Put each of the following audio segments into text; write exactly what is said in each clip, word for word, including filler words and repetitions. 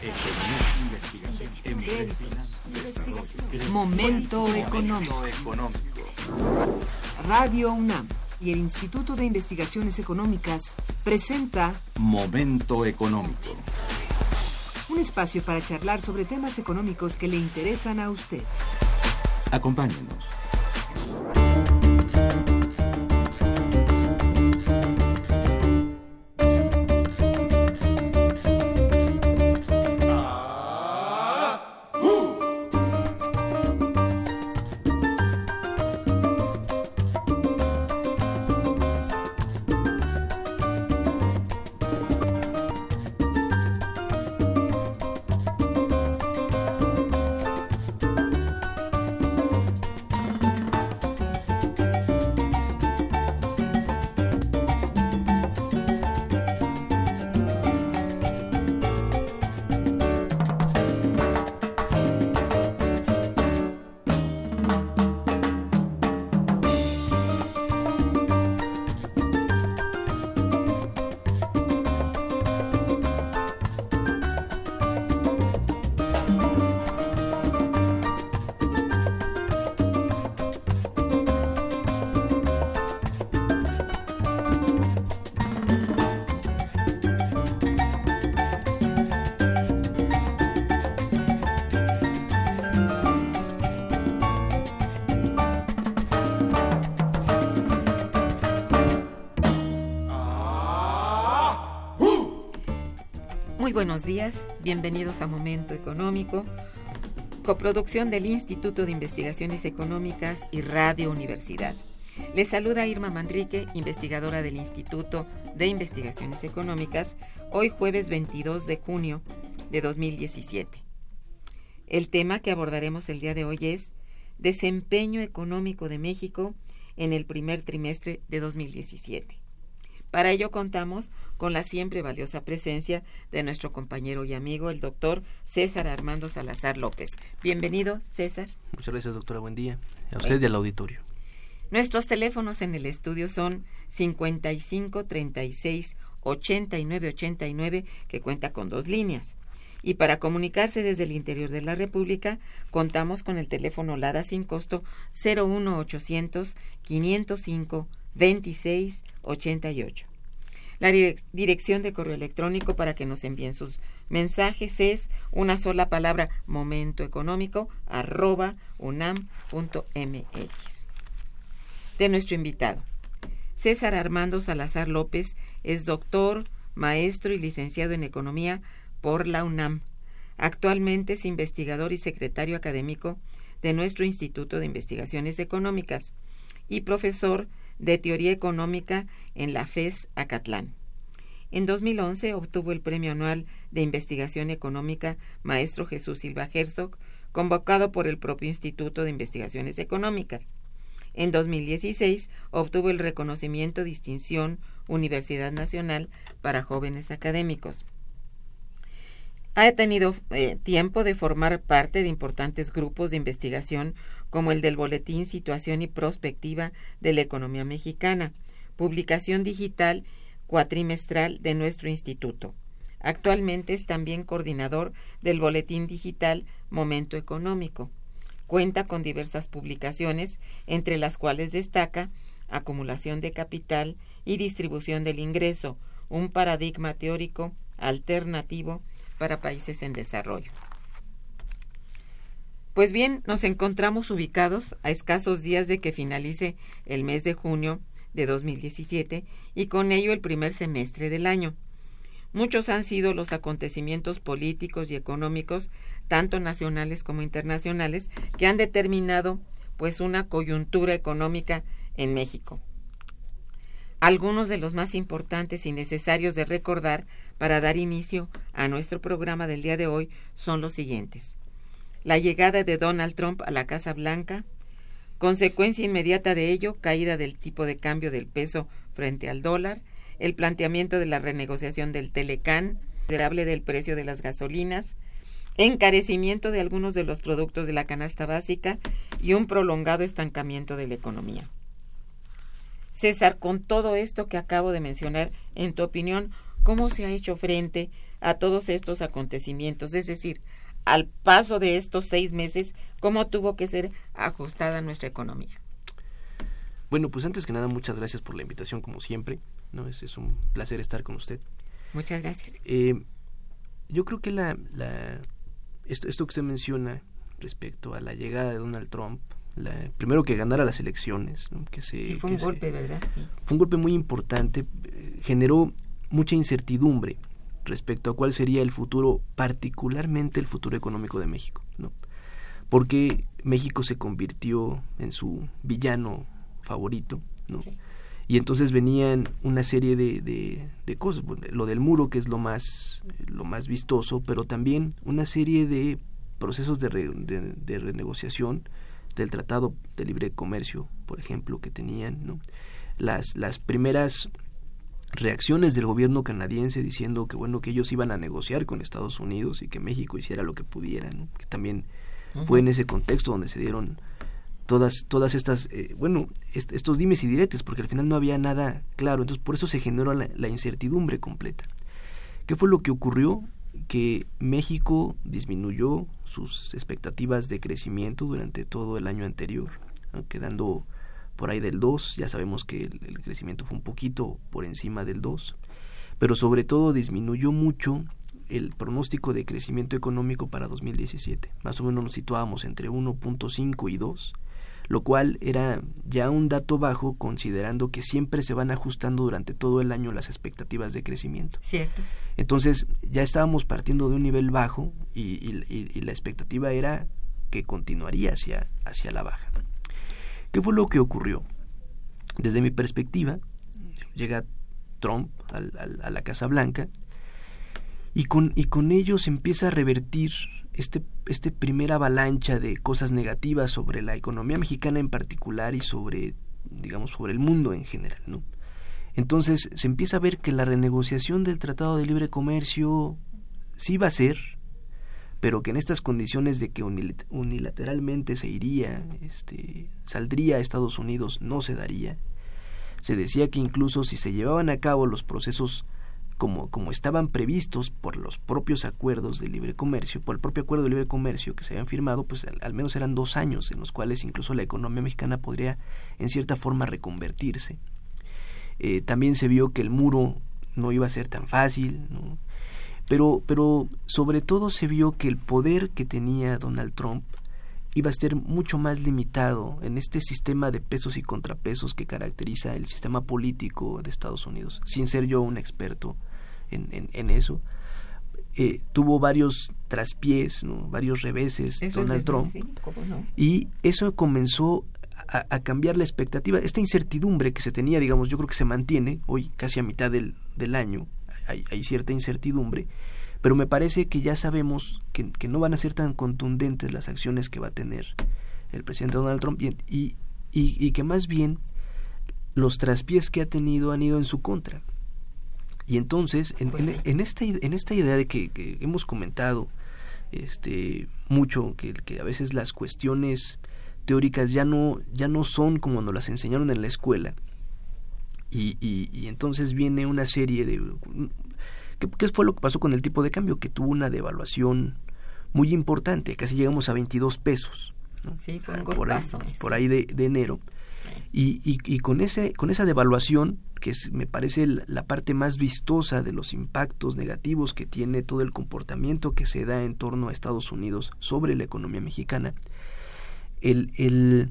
Momento económico. Radio UNAM y el Instituto de Investigaciones Económicas presenta Momento económico. Un espacio para charlar sobre temas económicos que le interesan a usted. Acompáñenos. Muy buenos días, bienvenidos a Momento Económico, coproducción del Instituto de Investigaciones Económicas y Radio Universidad. Les saluda Irma Manrique, investigadora del Instituto de Investigaciones Económicas, hoy jueves veintidós de junio de dos mil diecisiete. El tema que abordaremos el día de hoy es Desempeño económico de México en el primer trimestre de dos mil diecisiete. Para ello contamos con la siempre valiosa presencia de nuestro compañero y amigo, el doctor César Armando Salazar López. Bienvenido, César. Muchas gracias, doctora. Buen día. A usted y al auditorio. Nuestros teléfonos en el estudio son cincuenta y cinco, treinta y seis, ochenta y nueve, ochenta y nueve, que cuenta con dos líneas. Y para comunicarse desde el interior de la República, contamos con el teléfono LADA sin costo cero uno ochocientos, quinientos cinco, veintiséis, ochenta y ocho. La direc- dirección de correo electrónico para que nos envíen sus mensajes es una sola palabra, momentoeconómico arroba unam punto mx. De nuestro invitado, César Armando Salazar López es doctor, maestro y licenciado en Economía por la UNAM. Actualmente es investigador y secretario académico de nuestro Instituto de Investigaciones Económicas y profesor de Teoría Económica en la FES Acatlán. En dos mil once obtuvo el Premio Anual de Investigación Económica Maestro Jesús Silva Herzog, convocado por el propio Instituto de Investigaciones Económicas. En dos mil dieciséis obtuvo el reconocimiento Distinción Universidad Nacional para Jóvenes Académicos. Ha tenido eh, tiempo de formar parte de importantes grupos de investigación como el del Boletín Situación y Prospectiva de la Economía Mexicana, publicación digital cuatrimestral de nuestro instituto. Actualmente es también coordinador del Boletín Digital Momento Económico. Cuenta con diversas publicaciones, entre las cuales destaca Acumulación de Capital y Distribución del Ingreso, un paradigma teórico alternativo para países en desarrollo. Pues bien, nos encontramos ubicados a escasos días de que finalice el mes de junio de dos mil diecisiete y con ello el primer semestre del año. Muchos han sido los acontecimientos políticos y económicos, tanto nacionales como internacionales, que han determinado pues una coyuntura económica en México. Algunos de los más importantes y necesarios de recordar para dar inicio a nuestro programa del día de hoy son los siguientes: la llegada de Donald Trump a la Casa Blanca, consecuencia inmediata de ello, caída del tipo de cambio del peso frente al dólar, el planteamiento de la renegociación del Telecán, considerable del precio de las gasolinas, encarecimiento de algunos de los productos de la canasta básica y un prolongado estancamiento de la economía. César, con todo esto que acabo de mencionar, en tu opinión, ¿cómo se ha hecho frente a todos estos acontecimientos? Es decir, al paso de estos seis meses, ¿cómo tuvo que ser ajustada nuestra economía? Bueno, pues antes que nada, muchas gracias por la invitación, como siempre, ¿no? Es, es un placer estar con usted. Muchas gracias. Eh, yo creo que la, la esto, esto que usted menciona respecto a la llegada de Donald Trump, la, primero que ganara las elecciones, ¿no? que se, sí, fue que un se, golpe, ¿verdad? Sí. Fue un golpe muy importante, eh, generó mucha incertidumbre respecto a cuál sería el futuro, particularmente el futuro económico de México, ¿no? Porque México se convirtió en su villano favorito, ¿no? Sí. Y entonces venían una serie de, de, de cosas, bueno, lo del muro, que es lo más lo más vistoso, pero también una serie de procesos de, re, de, de renegociación del Tratado de Libre Comercio, por ejemplo, que tenían, ¿no? Las, las primeras reacciones del gobierno canadiense diciendo que bueno que ellos iban a negociar con Estados Unidos y que México hiciera lo que pudiera, ¿no? Que también uh-huh. fue en ese contexto donde se dieron todas todas estas eh, bueno est- estos dimes y diretes, porque al final no había nada claro. Entonces por eso se generó la, la incertidumbre completa. ¿Qué fue lo que ocurrió? Que México disminuyó sus expectativas de crecimiento durante todo el año anterior, ¿no? Quedando por ahí del dos, ya sabemos que el, el crecimiento fue un poquito por encima del dos, pero sobre todo disminuyó mucho el pronóstico de crecimiento económico para dos mil diecisiete. Más o menos nos situábamos entre uno punto cinco y dos, lo cual era ya un dato bajo, considerando que siempre se van ajustando durante todo el año las expectativas de crecimiento. Cierto. Entonces ya estábamos partiendo de un nivel bajo y, y, y, y la expectativa era que continuaría hacia, hacia la baja. ¿Qué fue lo que ocurrió? Desde mi perspectiva, llega Trump al, al, a la Casa Blanca y con, y con ello se empieza a revertir este, este primera avalancha de cosas negativas sobre la economía mexicana en particular y sobre, digamos, sobre el mundo en general, ¿no? Entonces se empieza a ver que la renegociación del Tratado de Libre Comercio sí va a ser, pero que en estas condiciones de que unilateralmente se iría, este, saldría a Estados Unidos, no se daría. Se decía que incluso si se llevaban a cabo los procesos como, como estaban previstos por los propios acuerdos de libre comercio, por el propio acuerdo de libre comercio que se habían firmado, pues al, al menos eran dos años en los cuales incluso la economía mexicana podría en cierta forma reconvertirse. Eh, también se vio que el muro no iba a ser tan fácil, ¿no? Pero, pero sobre todo se vio que el poder que tenía Donald Trump iba a ser mucho más limitado en este sistema de pesos y contrapesos que caracteriza el sistema político de Estados Unidos, sin ser yo un experto en, en, en eso. Eh, tuvo varios traspiés, ¿no? Varios reveses eso Donald es Trump, sí, ¿cómo no? Y eso comenzó a, a cambiar la expectativa. Esta incertidumbre que se tenía, digamos, yo creo que se mantiene hoy casi a mitad del, del año. Hay, hay cierta incertidumbre, pero me parece que ya sabemos que, que no van a ser tan contundentes las acciones que va a tener el presidente Donald Trump y, y, y que más bien los traspiés que ha tenido han ido en su contra. Y entonces, en, en, en, esta, en esta idea de que, que hemos comentado este mucho, que, que a veces las cuestiones teóricas ya no, ya no son como nos las enseñaron en la escuela, Y, y, y entonces viene una serie de... ¿qué, ¿Qué fue lo que pasó con el tipo de cambio? Que tuvo una devaluación muy importante, casi llegamos a veintidós pesos, ¿no? Sí, fue un por ahí, golpazo, por ahí de, de enero. Y, y, y con ese con esa devaluación, que es, me parece la parte más vistosa de los impactos negativos que tiene todo el comportamiento que se da en torno a Estados Unidos sobre la economía mexicana, el, el,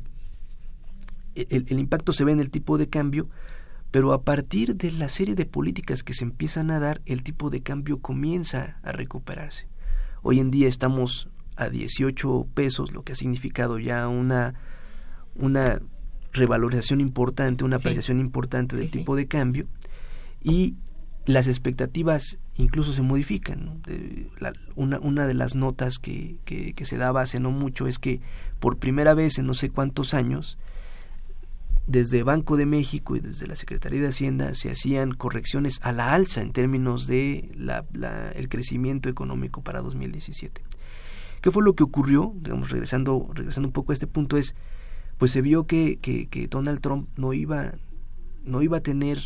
el, el impacto se ve en el tipo de cambio. Pero a partir de la serie de políticas que se empiezan a dar, el tipo de cambio comienza a recuperarse. Hoy en día estamos a dieciocho pesos, lo que ha significado ya una, una revalorización importante, una apreciación sí. importante del sí, tipo sí. de cambio, y las expectativas incluso se modifican, ¿no? De, la, una, una de las notas que, que, que se daba hace no mucho es que por primera vez en no sé cuántos años, desde Banco de México y desde la Secretaría de Hacienda se hacían correcciones a la alza en términos de la, la, el crecimiento económico para dos mil diecisiete. ¿Qué fue lo que ocurrió? Digamos, regresando, regresando un poco a este punto, es, pues se vio que, que, que Donald Trump no iba, no iba a tener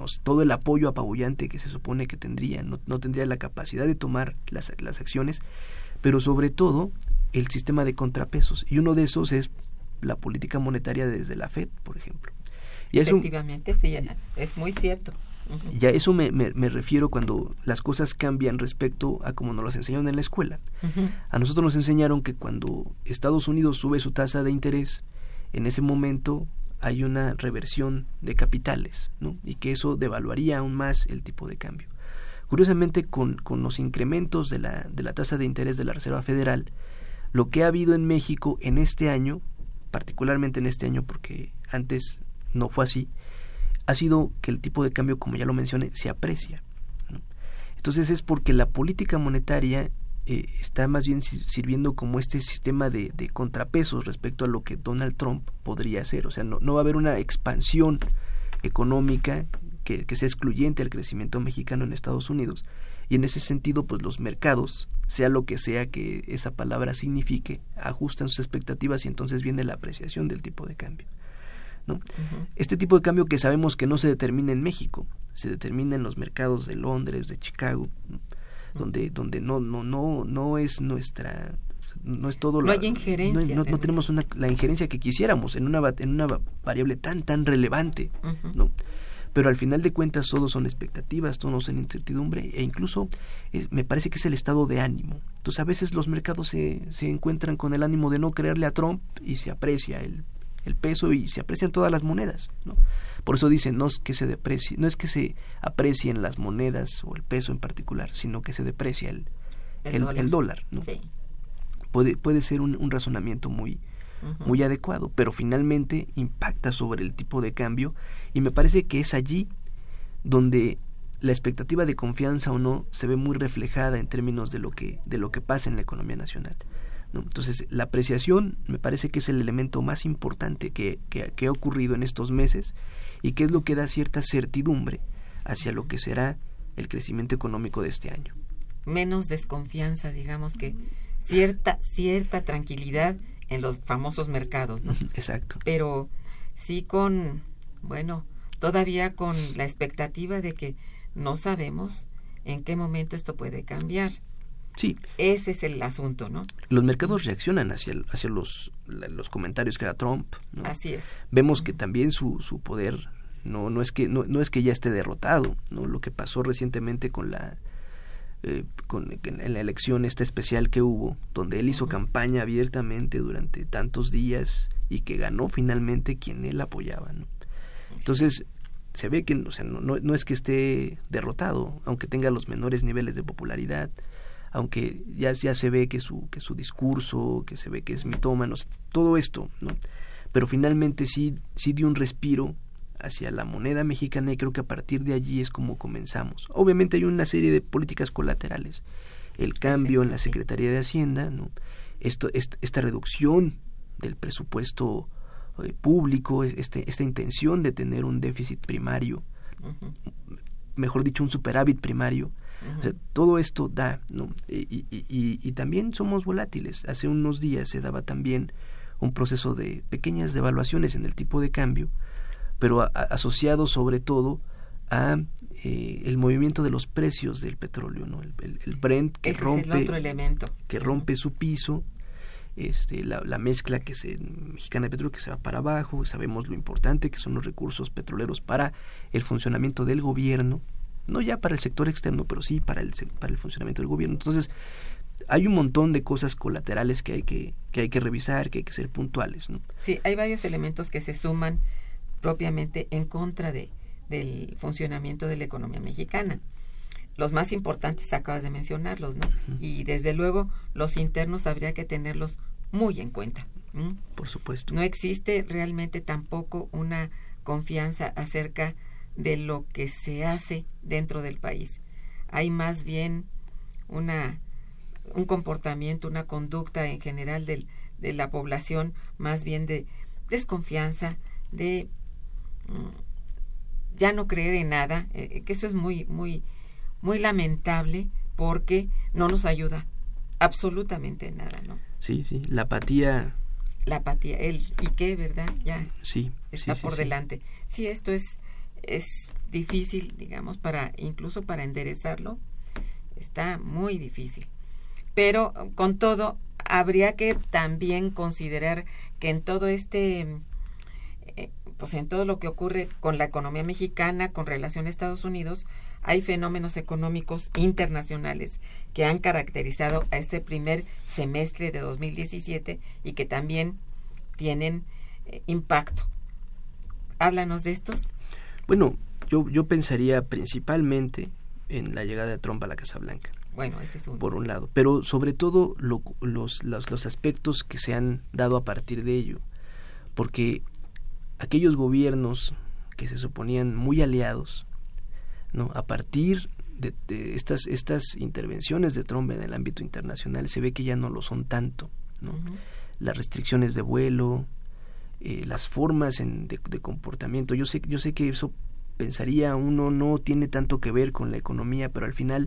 todo el apoyo apabullante que se supone que tendría, no, no tendría la capacidad de tomar las, las acciones, pero sobre todo el sistema de contrapesos, y uno de esos es la política monetaria desde la Fed, por ejemplo. Y Efectivamente, eso, sí, es muy cierto. Uh-huh. Ya eso me, me, me refiero cuando las cosas cambian respecto a como nos las enseñaron en la escuela. Uh-huh. A nosotros nos enseñaron que cuando Estados Unidos sube su tasa de interés, en ese momento hay una reversión de capitales, ¿no? Y que eso devaluaría aún más el tipo de cambio. Curiosamente, con, con los incrementos de la, de la tasa de interés de la Reserva Federal, lo que ha habido en México en este año, particularmente en este año porque antes no fue así, ha sido que el tipo de cambio, como ya lo mencioné, se aprecia, ¿no? Entonces es porque la política monetaria eh, está más bien sirviendo como este sistema de, de contrapesos respecto a lo que Donald Trump podría hacer. O sea, no, no va a haber una expansión económica que, que sea excluyente al crecimiento mexicano en Estados Unidos. Y en ese sentido, pues los mercados, sea lo que sea que esa palabra signifique, ajustan sus expectativas y entonces viene la apreciación del tipo de cambio, ¿no? Uh-huh. Este tipo de cambio que sabemos que no se determina en México, se determina en los mercados de Londres, de Chicago, ¿no? uh-huh. donde donde no no no no es nuestra no es todo no la, hay injerencia no, no, no tenemos una, la injerencia que quisiéramos en una en una variable tan tan relevante, uh-huh. ¿no? Pero al final de cuentas todos son expectativas, todos son incertidumbre e incluso eh, me parece que es el estado de ánimo. Entonces a veces los mercados se, se encuentran con el ánimo de no creerle a Trump y se aprecia el, el peso y se aprecian todas las monedas, ¿no? Por eso dicen, no es que se deprecie, no es que se aprecien las monedas o el peso en particular, sino que se deprecia el, el, el, dólar. el dólar, ¿no? Sí. Puede, puede ser un, un razonamiento muy Uh-huh. muy adecuado, pero finalmente impacta sobre el tipo de cambio y me parece que es allí donde la expectativa de confianza o no se ve muy reflejada en términos de lo que de lo que pasa en la economía nacional, ¿no? Entonces la apreciación me parece que es el elemento más importante que, que, que ha ocurrido en estos meses y que es lo que da cierta certidumbre hacia lo que será el crecimiento económico de este año. Menos desconfianza, digamos que cierta cierta tranquilidad en los famosos mercados, ¿no? Exacto. Pero sí con, bueno, todavía con la expectativa de que no sabemos en qué momento esto puede cambiar. Sí. Ese es el asunto, ¿no? Los mercados reaccionan hacia, hacia los, los comentarios que da Trump, ¿no? Así es. Vemos uh-huh. que también su, su poder no, no, es que, no, no es que ya esté derrotado, ¿no? Lo que pasó recientemente con la Eh, con, en la elección esta especial que hubo, donde él hizo uh-huh. campaña abiertamente durante tantos días y que ganó finalmente quien él apoyaba, ¿no? Entonces se ve que o sea, no, no, no es que esté derrotado, aunque tenga los menores niveles de popularidad, aunque ya, ya se ve que su, que su discurso, que se ve que es mitómano, todo esto, ¿no? Pero finalmente sí, sí dio un respiro hacia la moneda mexicana y creo que a partir de allí es como comenzamos. Obviamente hay una serie de políticas colaterales, el cambio en la Secretaría de Hacienda, ¿no? Esto, est, esta reducción del presupuesto eh, público, este, esta intención de tener un déficit primario, uh-huh. mejor dicho un superávit primario, uh-huh. o sea, todo esto da, ¿no? Y, y, y, y también somos volátiles. Hace unos días se daba también un proceso de pequeñas devaluaciones en el tipo de cambio, pero a, a, asociado sobre todo a eh, el movimiento de los precios del petróleo, ¿no? El, el, el Brent que Ese rompe es el otro elemento. que rompe su piso, este la, la mezcla que se mexicana de petróleo que se va para abajo. Sabemos lo importante que son los recursos petroleros para el funcionamiento del gobierno, no ya para el sector externo, pero sí para el para el funcionamiento del gobierno. Entonces hay un montón de cosas colaterales que hay que que hay que revisar, que hay que ser puntuales, ¿no? Sí, hay varios elementos que se suman propiamente en contra de del funcionamiento de la economía mexicana. Los más importantes acabas de mencionarlos, ¿no? Uh-huh. Y desde luego los internos habría que tenerlos muy en cuenta. ¿Mm? Por supuesto. No existe realmente tampoco una confianza acerca de lo que se hace dentro del país. Hay más bien una un comportamiento, una conducta en general del, de la población, más bien de desconfianza, de ya no creer en nada, eh, que eso es muy muy muy lamentable porque no nos ayuda absolutamente en nada, ¿no? Sí, sí, la apatía. La apatía, el y qué, ¿verdad? Ya sí, está sí, por sí, delante. Sí, esto es es difícil, digamos, para incluso para enderezarlo, está muy difícil. Pero con todo, habría que también considerar que en todo este, eh, pues en todo lo que ocurre con la economía mexicana, con relación a Estados Unidos, hay fenómenos económicos internacionales que han caracterizado a este primer semestre de dos mil diecisiete y que también tienen eh, impacto. Háblanos de estos. Bueno, yo, yo pensaría principalmente en la llegada de Trump a la Casa Blanca. Bueno, ese es un... Por un lado, pero sobre todo lo, los, los, los aspectos que se han dado a partir de ello, porque aquellos gobiernos que se suponían muy aliados, ¿no? A partir de, de estas, estas intervenciones de Trump en el ámbito internacional, se ve que ya no lo son tanto, ¿no? Uh-huh. Las restricciones de vuelo, eh, las formas en, de, de comportamiento, yo sé, yo sé que eso pensaría uno no tiene tanto que ver con la economía, pero al final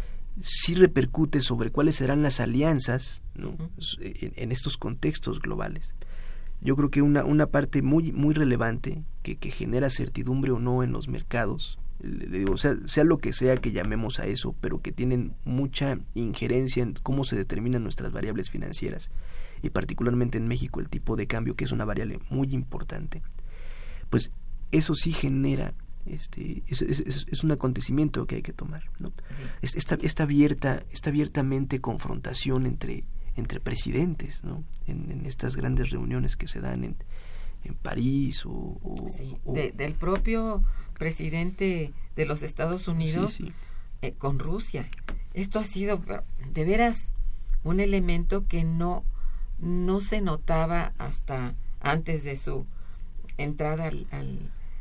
sí repercute sobre cuáles serán las alianzas, ¿no? Uh-huh. en, en estos contextos globales. Yo creo que una, una parte muy, muy relevante que, que genera certidumbre o no en los mercados, le digo, sea, sea lo que sea que llamemos a eso, pero que tienen mucha injerencia en cómo se determinan nuestras variables financieras, y particularmente en México el tipo de cambio, que es una variable muy importante, pues eso sí genera Este, es, es, es un acontecimiento que hay que tomar, ¿no? Es, esta, esta abierta, esta abiertamente confrontación entre, entre presidentes, ¿no? En, en estas grandes reuniones que se dan en, en París o, o, sí, o de, del propio presidente de los Estados Unidos, sí, sí. Eh, con Rusia. Esto ha sido de veras un elemento que no, no se notaba hasta antes de su entrada al, al,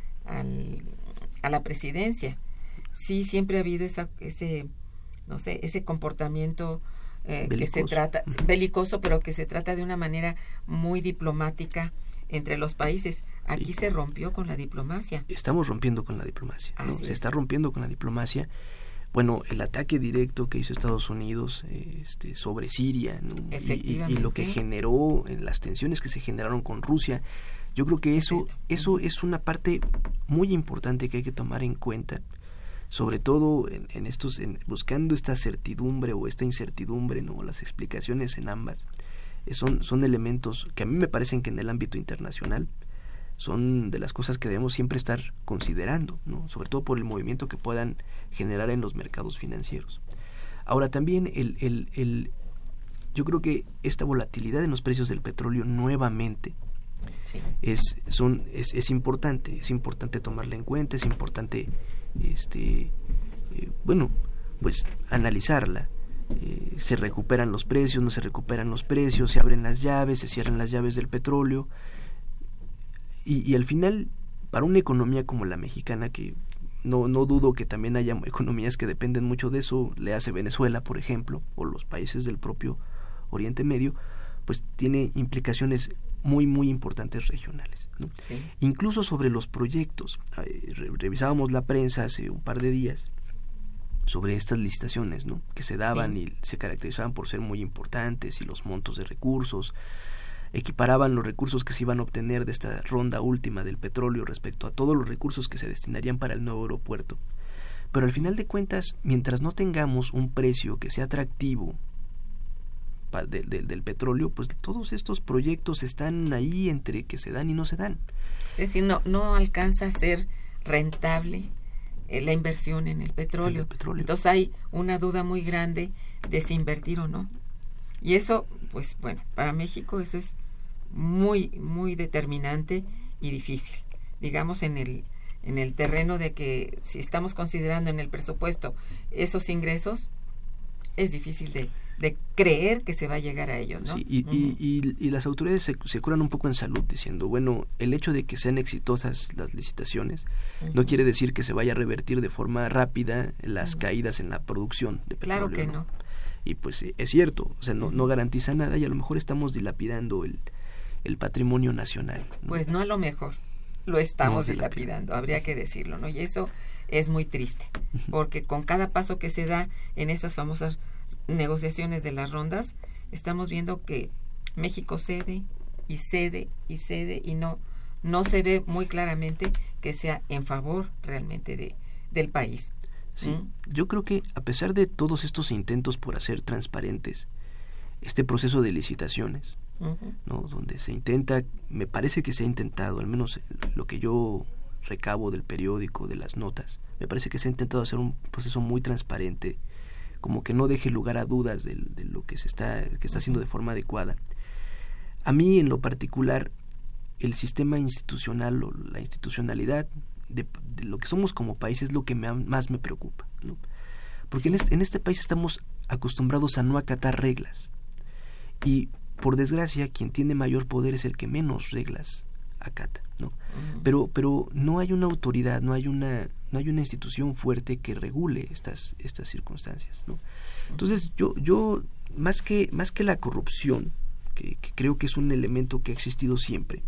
al a la presidencia. Sí, siempre ha habido esa, ese, no sé, ese comportamiento eh, que se trata, belicoso, pero que se trata de una manera muy diplomática entre los países. Aquí sí. Se rompió con la diplomacia. Estamos rompiendo con la diplomacia, ¿no? Se es. está rompiendo con la diplomacia. Bueno, el ataque directo que hizo Estados Unidos este, sobre Siria, ¿no? y, y, y lo que generó, en las tensiones que se generaron con Rusia, yo creo que eso, eso es una parte muy importante que hay que tomar en cuenta, sobre todo en, en estos, en, buscando esta certidumbre o esta incertidumbre, ¿no? Las explicaciones en ambas eh, son, son elementos que a mí me parecen que en el ámbito internacional son de las cosas que debemos siempre estar considerando, ¿no? Sobre todo por el movimiento que puedan generar en los mercados financieros. Ahora también el, el, el, yo creo que esta volatilidad en los precios del petróleo nuevamente Sí. Es, son, es, es importante, es importante tomarla en cuenta, es importante, este, eh, bueno, pues analizarla. Eh, se recuperan los precios, no se recuperan los precios, se abren las llaves, se cierran las llaves del petróleo, y, y al final, para una economía como la mexicana, que no, no dudo que también haya economías que dependen mucho de eso, le hace Venezuela, por ejemplo, o los países del propio Oriente Medio, pues tiene implicaciones muy muy importantes regionales, ¿no? Sí. Incluso sobre los proyectos, eh, re- revisábamos la prensa hace un par de días sobre estas licitaciones, ¿no? Que se daban sí. y se caracterizaban por ser muy importantes, y los montos de recursos equiparaban los recursos que se iban a obtener de esta ronda última del petróleo respecto a todos los recursos que se destinarían para el nuevo aeropuerto. Pero al final de cuentas, mientras no tengamos un precio que sea atractivo De, de, del petróleo, pues todos estos proyectos están ahí entre que se dan y no se dan. Es decir, no, no alcanza a ser rentable eh, la inversión en el petróleo. el petróleo. Entonces hay una duda muy grande de si invertir o no. Y eso, pues bueno, para México eso es muy, muy determinante y difícil. Digamos en el, en el terreno de que si estamos considerando en el presupuesto esos ingresos, es difícil de de creer que se va a llegar a ellos, ¿no? Sí, y, uh-huh. y, y, y las autoridades se, se curan un poco en salud diciendo, bueno, el hecho de que sean exitosas las licitaciones uh-huh. no quiere decir que se vaya a revertir de forma rápida las uh-huh. caídas en la producción de petróleo. Claro que no. ¿no? Y pues es cierto, o sea, no, no garantiza nada, y a lo mejor estamos dilapidando el, el patrimonio nacional, ¿no? Pues no, a lo mejor lo estamos no, dilapidando, habría que decirlo, ¿no? Y eso es muy triste, porque con cada paso que se da en esas famosas negociaciones de las rondas, estamos viendo que México cede y cede y cede y no no se ve muy claramente que sea en favor realmente de, del país. Sí, ¿Mm? Yo creo que a pesar de todos estos intentos por hacer transparentes este proceso de licitaciones, uh-huh. ¿no? Donde se intenta, me parece que se ha intentado, al menos lo que yo recabo del periódico, de las notas, me parece que se ha intentado hacer un proceso muy transparente, como que no deje lugar a dudas de, de lo que se está, que está haciendo de forma adecuada. A mí, en lo particular, el sistema institucional o la institucionalidad de, de lo que somos como país es lo que me, más me preocupa, ¿no? Porque en este, en este país estamos acostumbrados a no acatar reglas. Y, por desgracia, quien tiene mayor poder es el que menos reglas acata, ¿no? Uh-huh. Pero, pero no hay una autoridad, no hay una, no hay una institución fuerte que regule estas, estas circunstancias, ¿no? Entonces, yo, yo más que, más que la corrupción, que, que creo que es un elemento que ha existido siempre,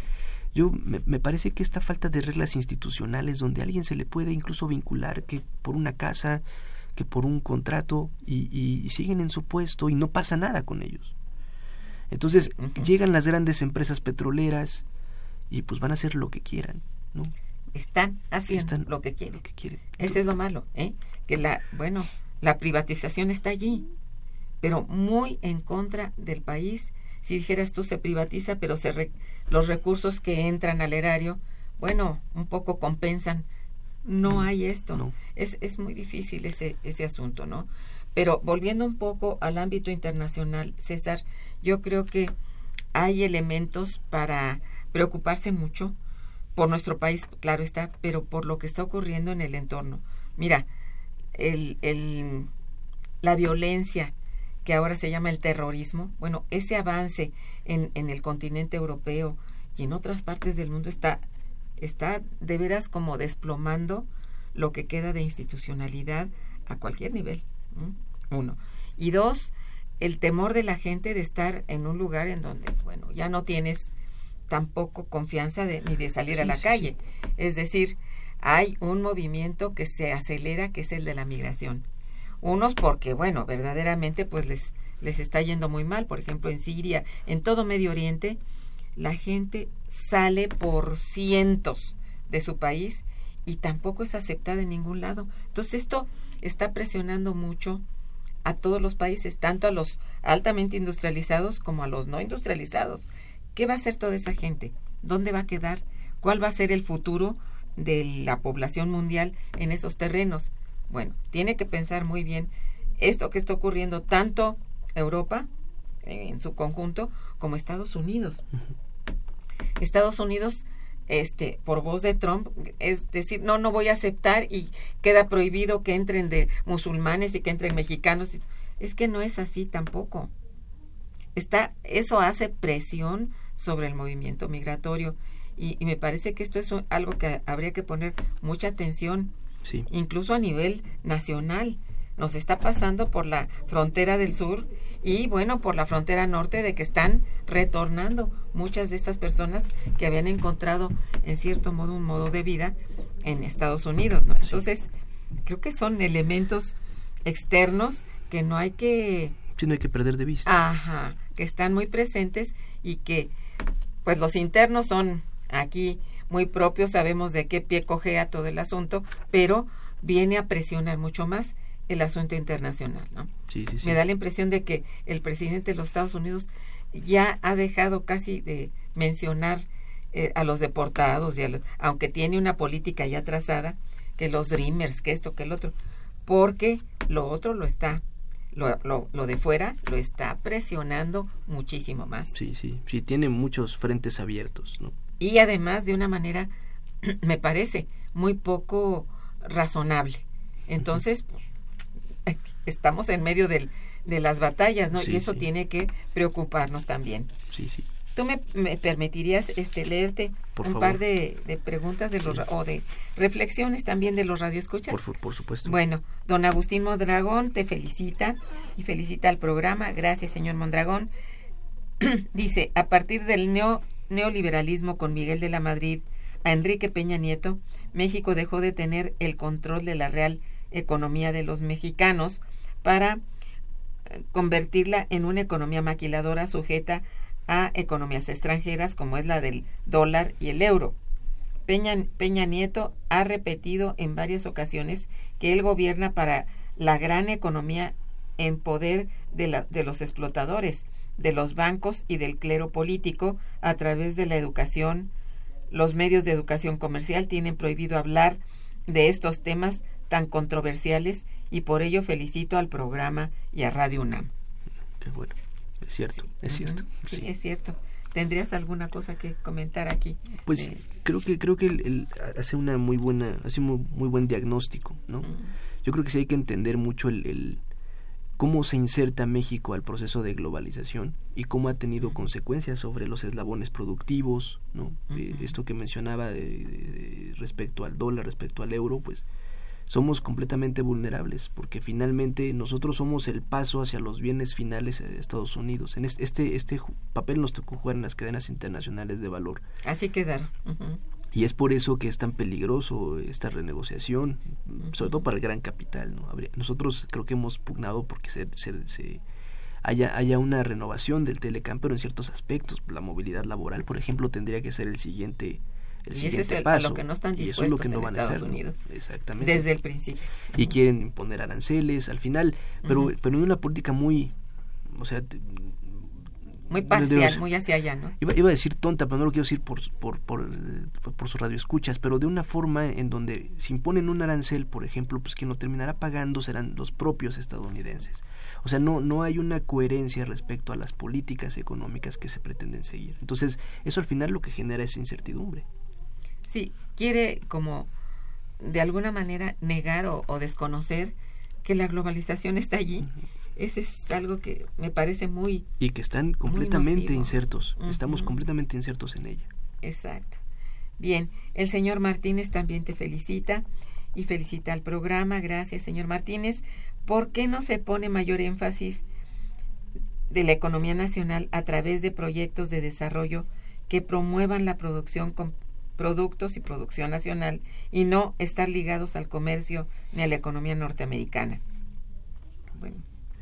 yo me, me parece que esta falta de reglas institucionales, donde a alguien se le puede incluso vincular que por una casa, que por un contrato, y, y, y siguen en su puesto y no pasa nada con ellos. Entonces, uh-huh. llegan las grandes empresas petroleras y pues van a hacer lo que quieran, ¿no? Están haciendo Están lo que quieren. Lo que quieren. Ese es lo malo, ¿eh? Que la, bueno, la privatización está allí, pero muy en contra del país. Si dijeras tú, se privatiza, pero se re, los recursos que entran al erario, bueno, un poco compensan. No, no hay esto. No. Es, es muy difícil ese, ese asunto, ¿no? Pero volviendo un poco al ámbito internacional, César, yo creo que hay elementos para preocuparse mucho por nuestro país, claro está, pero por lo que está ocurriendo en el entorno. Mira, el, el, la violencia, que ahora se llama el terrorismo, bueno, ese avance en, en el continente europeo y en otras partes del mundo está, está de veras como desplomando lo que queda de institucionalidad a cualquier nivel. ¿Mm? Uno. Y dos, el temor de la gente de estar en un lugar en donde, bueno, ya no tienes tampoco confianza de, ni de salir sí, a la sí, calle. Sí. Es decir, hay un movimiento que se acelera, que es el de la migración. Unos porque, bueno, verdaderamente pues les, les está yendo muy mal. Por ejemplo, en Siria, en todo Medio Oriente, la gente sale por cientos de su país y tampoco es aceptada en ningún lado. Entonces esto está presionando mucho a todos los países, tanto a los altamente industrializados como a los no industrializados. ¿Qué va a hacer toda esa gente? ¿Dónde va a quedar? ¿Cuál va a ser el futuro de la población mundial en esos terrenos? Bueno, tiene que pensar muy bien esto que está ocurriendo, tanto Europa en su conjunto como Estados Unidos. Estados Unidos, este, por voz de Trump, es decir, no, no voy a aceptar y queda prohibido que entren de musulmanes y que entren mexicanos. Es que no es así tampoco. Está, eso hace presión sobre el movimiento migratorio y, y me parece que esto es un, algo que habría que poner mucha atención, sí. Incluso a nivel nacional. Nos está pasando por la frontera del sur y bueno, por la frontera norte, de que están retornando muchas de estas personas que habían encontrado en cierto modo un modo de vida en Estados Unidos, ¿no? Entonces, sí. Creo que son elementos externos que no hay que... Sí, no hay que perder de vista. Ajá, que están muy presentes y que, pues los internos son aquí muy propios, sabemos de qué pie cojea todo el asunto, pero viene a presionar mucho más el asunto internacional, ¿no? Sí, sí, sí. Me da la impresión de que el presidente de los Estados Unidos ya ha dejado casi de mencionar eh, a los deportados, y a los, aunque tiene una política ya trazada, que los Dreamers, que esto, que el otro, porque lo otro lo está, lo, lo, lo de fuera lo está presionando muchísimo más. Sí, sí, sí, tiene muchos frentes abiertos, ¿no? Y además de una manera, me parece, muy poco razonable. Entonces, pues, estamos en medio del, de las batallas, ¿no? Sí, y eso sí. Tiene que preocuparnos también. Sí, sí. ¿Tú me, me permitirías este leerte por un favor. par de, de preguntas de los sí. o de reflexiones también de los radioescuchas? Por, por supuesto. Bueno, don Agustín Mondragón te felicita y felicita al programa. Gracias, señor Mondragón. Dice, a partir del neo, neoliberalismo con Miguel de la Madrid a Enrique Peña Nieto, México dejó de tener el control de la real economía de los mexicanos para convertirla en una economía maquiladora sujeta a economías extranjeras como es la del dólar y el euro. Peña, Peña Nieto ha repetido en varias ocasiones que él gobierna para la gran economía en poder de, la, de los explotadores, de los bancos y del clero político a través de la educación. Los medios de educación comercial tienen prohibido hablar de estos temas tan controversiales y por ello felicito al programa y a Radio UNAM. Qué bueno, es cierto, Sí. es cierto. Uh-huh. Sí, Sí. es cierto. ¿Tendrías alguna cosa que comentar aquí? Pues Eh, creo que creo que él, él hace una muy buena, hace muy, muy buen diagnóstico, ¿no? uh-huh. Yo creo que sí hay que entender mucho el, el cómo se inserta México al proceso de globalización y cómo ha tenido Uh-huh. consecuencias sobre los eslabones productivos, ¿no? Uh-huh. Eh, esto que mencionaba de, de, respecto al dólar, respecto al euro, pues somos completamente vulnerables porque finalmente nosotros somos el paso hacia los bienes finales de Estados Unidos. En este este, este ju- papel nos tocó jugar en las cadenas internacionales de valor. Así quedaron. Uh-huh. Y es por eso que es tan peligroso esta renegociación, sobre todo para el gran capital, ¿no? Habría- Nosotros creo que hemos pugnado porque se, se, se haya, haya una renovación del Telecam, pero en ciertos aspectos, la movilidad laboral, por ejemplo, tendría que ser el siguiente el Y siguiente ese es el- a paso. lo que no están y eso es lo dispuestos que no en van a Estados hacer, ¿no? Unidos. Exactamente. Desde el principio. Y quieren imponer aranceles al final, pero, Ujú. pero en una política muy, o sea, te- Muy de- parcial, de- muy hacia allá, ¿no? Iba, iba a decir tonta, pero no lo quiero decir por, por, por, por, por su radioescuchas, pero de una forma en donde si imponen un arancel, por ejemplo, pues quien lo terminará pagando serán los propios estadounidenses. O sea, no, no hay una coherencia respecto a las políticas económicas que se pretenden seguir. Entonces, eso al final lo que genera es incertidumbre. Sí, quiere como de alguna manera negar o, o desconocer que la globalización está allí. Uh-huh. Ese es algo que me parece muy Y que están completamente nocivo. insertos, Uh-huh. estamos completamente insertos en ella. exacto. Bien, el señor Martínez también te felicita y felicita al programa. Gracias, señor Martínez. ¿Por qué no se pone mayor énfasis de la economía nacional a través de proyectos de desarrollo que promuevan la producción con productos y producción nacional y no estar ligados al comercio ni a la economía norteamericana? Bueno,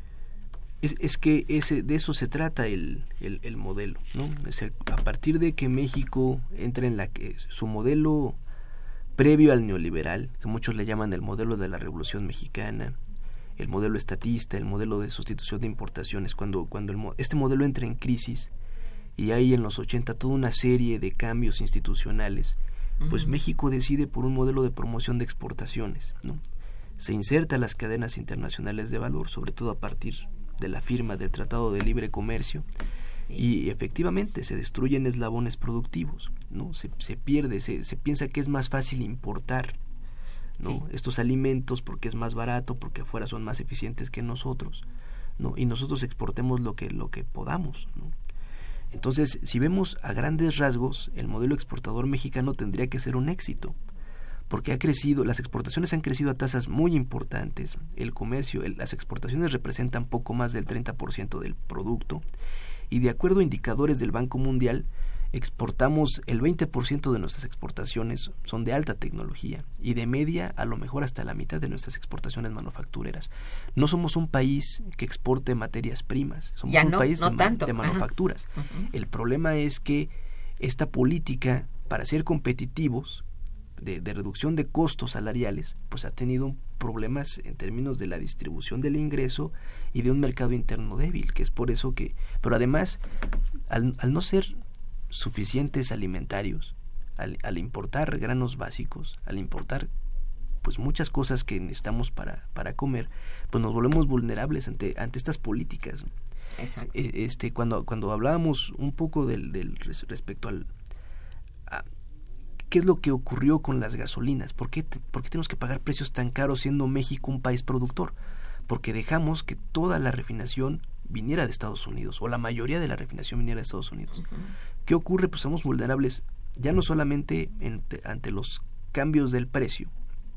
Es, es que ese de eso se trata el, el, el modelo, ¿no? O sea, a partir de que México entra en la que su modelo previo al neoliberal, que muchos le llaman el modelo de la Revolución Mexicana, el modelo estatista, el modelo de sustitución de importaciones, cuando, cuando el, este modelo entra en crisis y hay en los ochenta toda una serie de cambios institucionales, pues uh-huh. México decide por un modelo de promoción de exportaciones, ¿no? Se inserta a las cadenas internacionales de valor, sobre todo a partir de la firma del Tratado de Libre Comercio, sí. y efectivamente se destruyen eslabones productivos, ¿no? Se, se pierde, se, se piensa que es más fácil importar, ¿no? Sí. Estos alimentos porque es más barato, porque afuera son más eficientes que nosotros, ¿no? Y nosotros exportemos lo que, lo que podamos, ¿no? Entonces, si vemos a grandes rasgos, el modelo exportador mexicano tendría que ser un éxito, porque ha crecido, las exportaciones han crecido a tasas muy importantes, el comercio, el, las exportaciones representan poco más del treinta por ciento del producto, y de acuerdo a indicadores del Banco Mundial, exportamos el veinte por ciento de nuestras exportaciones son de alta tecnología, y de media a lo mejor hasta la mitad de nuestras exportaciones manufactureras. No somos un país que exporte materias primas, somos Ya un no, país no de, tanto. de manufacturas. Uh-huh. El problema es que esta política, para ser competitivos, De, de reducción de costos salariales, pues ha tenido problemas en términos de la distribución del ingreso y de un mercado interno débil, que es por eso que, pero además, al, al no ser suficientes alimentarios, al, al importar granos básicos, al importar pues muchas cosas que necesitamos para, para comer, pues nos volvemos vulnerables ante, ante estas políticas. Exacto. Este, cuando, cuando hablábamos un poco del, del respecto al a, ¿qué es lo que ocurrió con las gasolinas? ¿Por qué, te, ¿Por qué tenemos que pagar precios tan caros siendo México un país productor? Porque dejamos que toda la refinación viniera de Estados Unidos, o la mayoría de la refinación viniera de Estados Unidos. Uh-huh. ¿Qué ocurre? Pues somos vulnerables ya no solamente ante, ante los cambios del precio,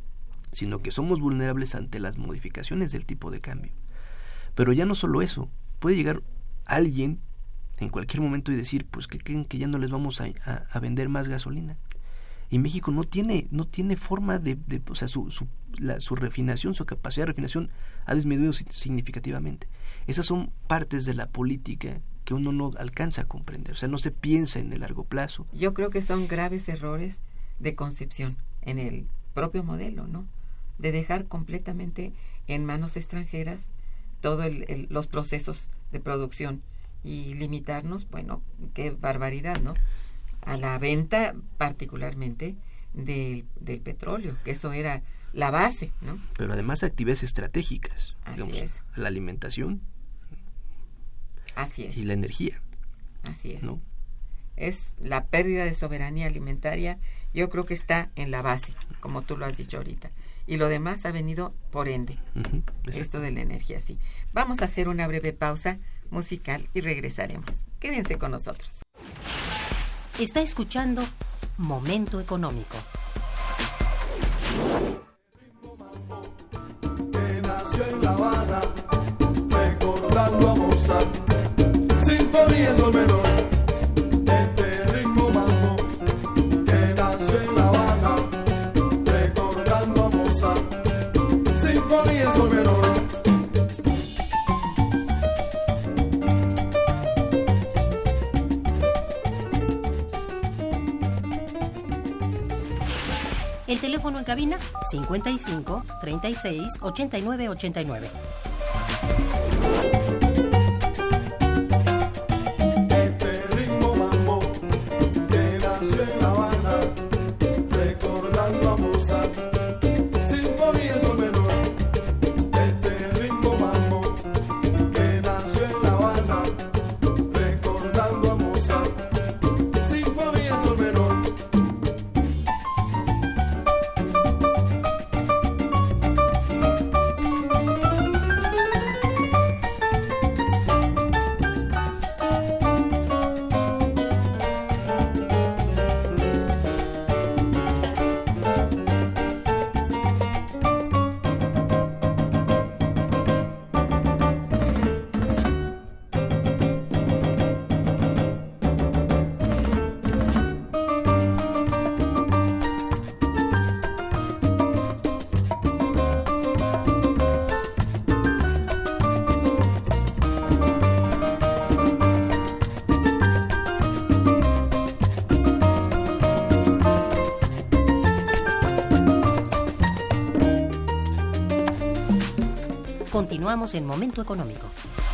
sino que somos vulnerables ante las modificaciones del tipo de cambio. Pero ya no solo eso, puede llegar alguien en cualquier momento y decir, pues que creen que ya no les vamos a, a, a vender más gasolina. Y México no tiene no tiene forma de, de o sea, su su, la, su refinación, su capacidad de refinación ha disminuido significativamente. Esas son partes de la política que uno no alcanza a comprender, o sea, no se piensa en el largo plazo. Yo creo que son graves errores de concepción en el propio modelo, ¿no? De dejar completamente en manos extranjeras todos los procesos de producción y limitarnos, bueno, qué barbaridad, ¿no? A la venta particularmente del, del petróleo, que eso era la base, ¿no? Pero además actividades estratégicas, Así digamos, es. la alimentación Así es. y la energía, Así es. ¿no? Es la pérdida de soberanía alimentaria, yo creo que está en la base, como tú lo has dicho ahorita. Y lo demás ha venido por ende. Uh-huh, esto de la energía, sí. Vamos a hacer una breve pausa musical y regresaremos. Quédense con nosotros. Está escuchando Momento Económico. Que nació en La Habana, recordando a Mozart, sinfonía en sol menor. Este ritmo mambo que nació en La Habana, recordando a Mozart, sinfonía en sol menor. El teléfono en cabina cincuenta y cinco, treinta y seis, ochenta y nueve, ochenta y nueve. Este ritmo mambo que nació en La Habana, recordando a Mozart, sinfonía en sol menor. Este ritmo mambo que nació en La Habana, recordando a Mozart, sinfonía en sol menor. Continuamos en Momento Económico.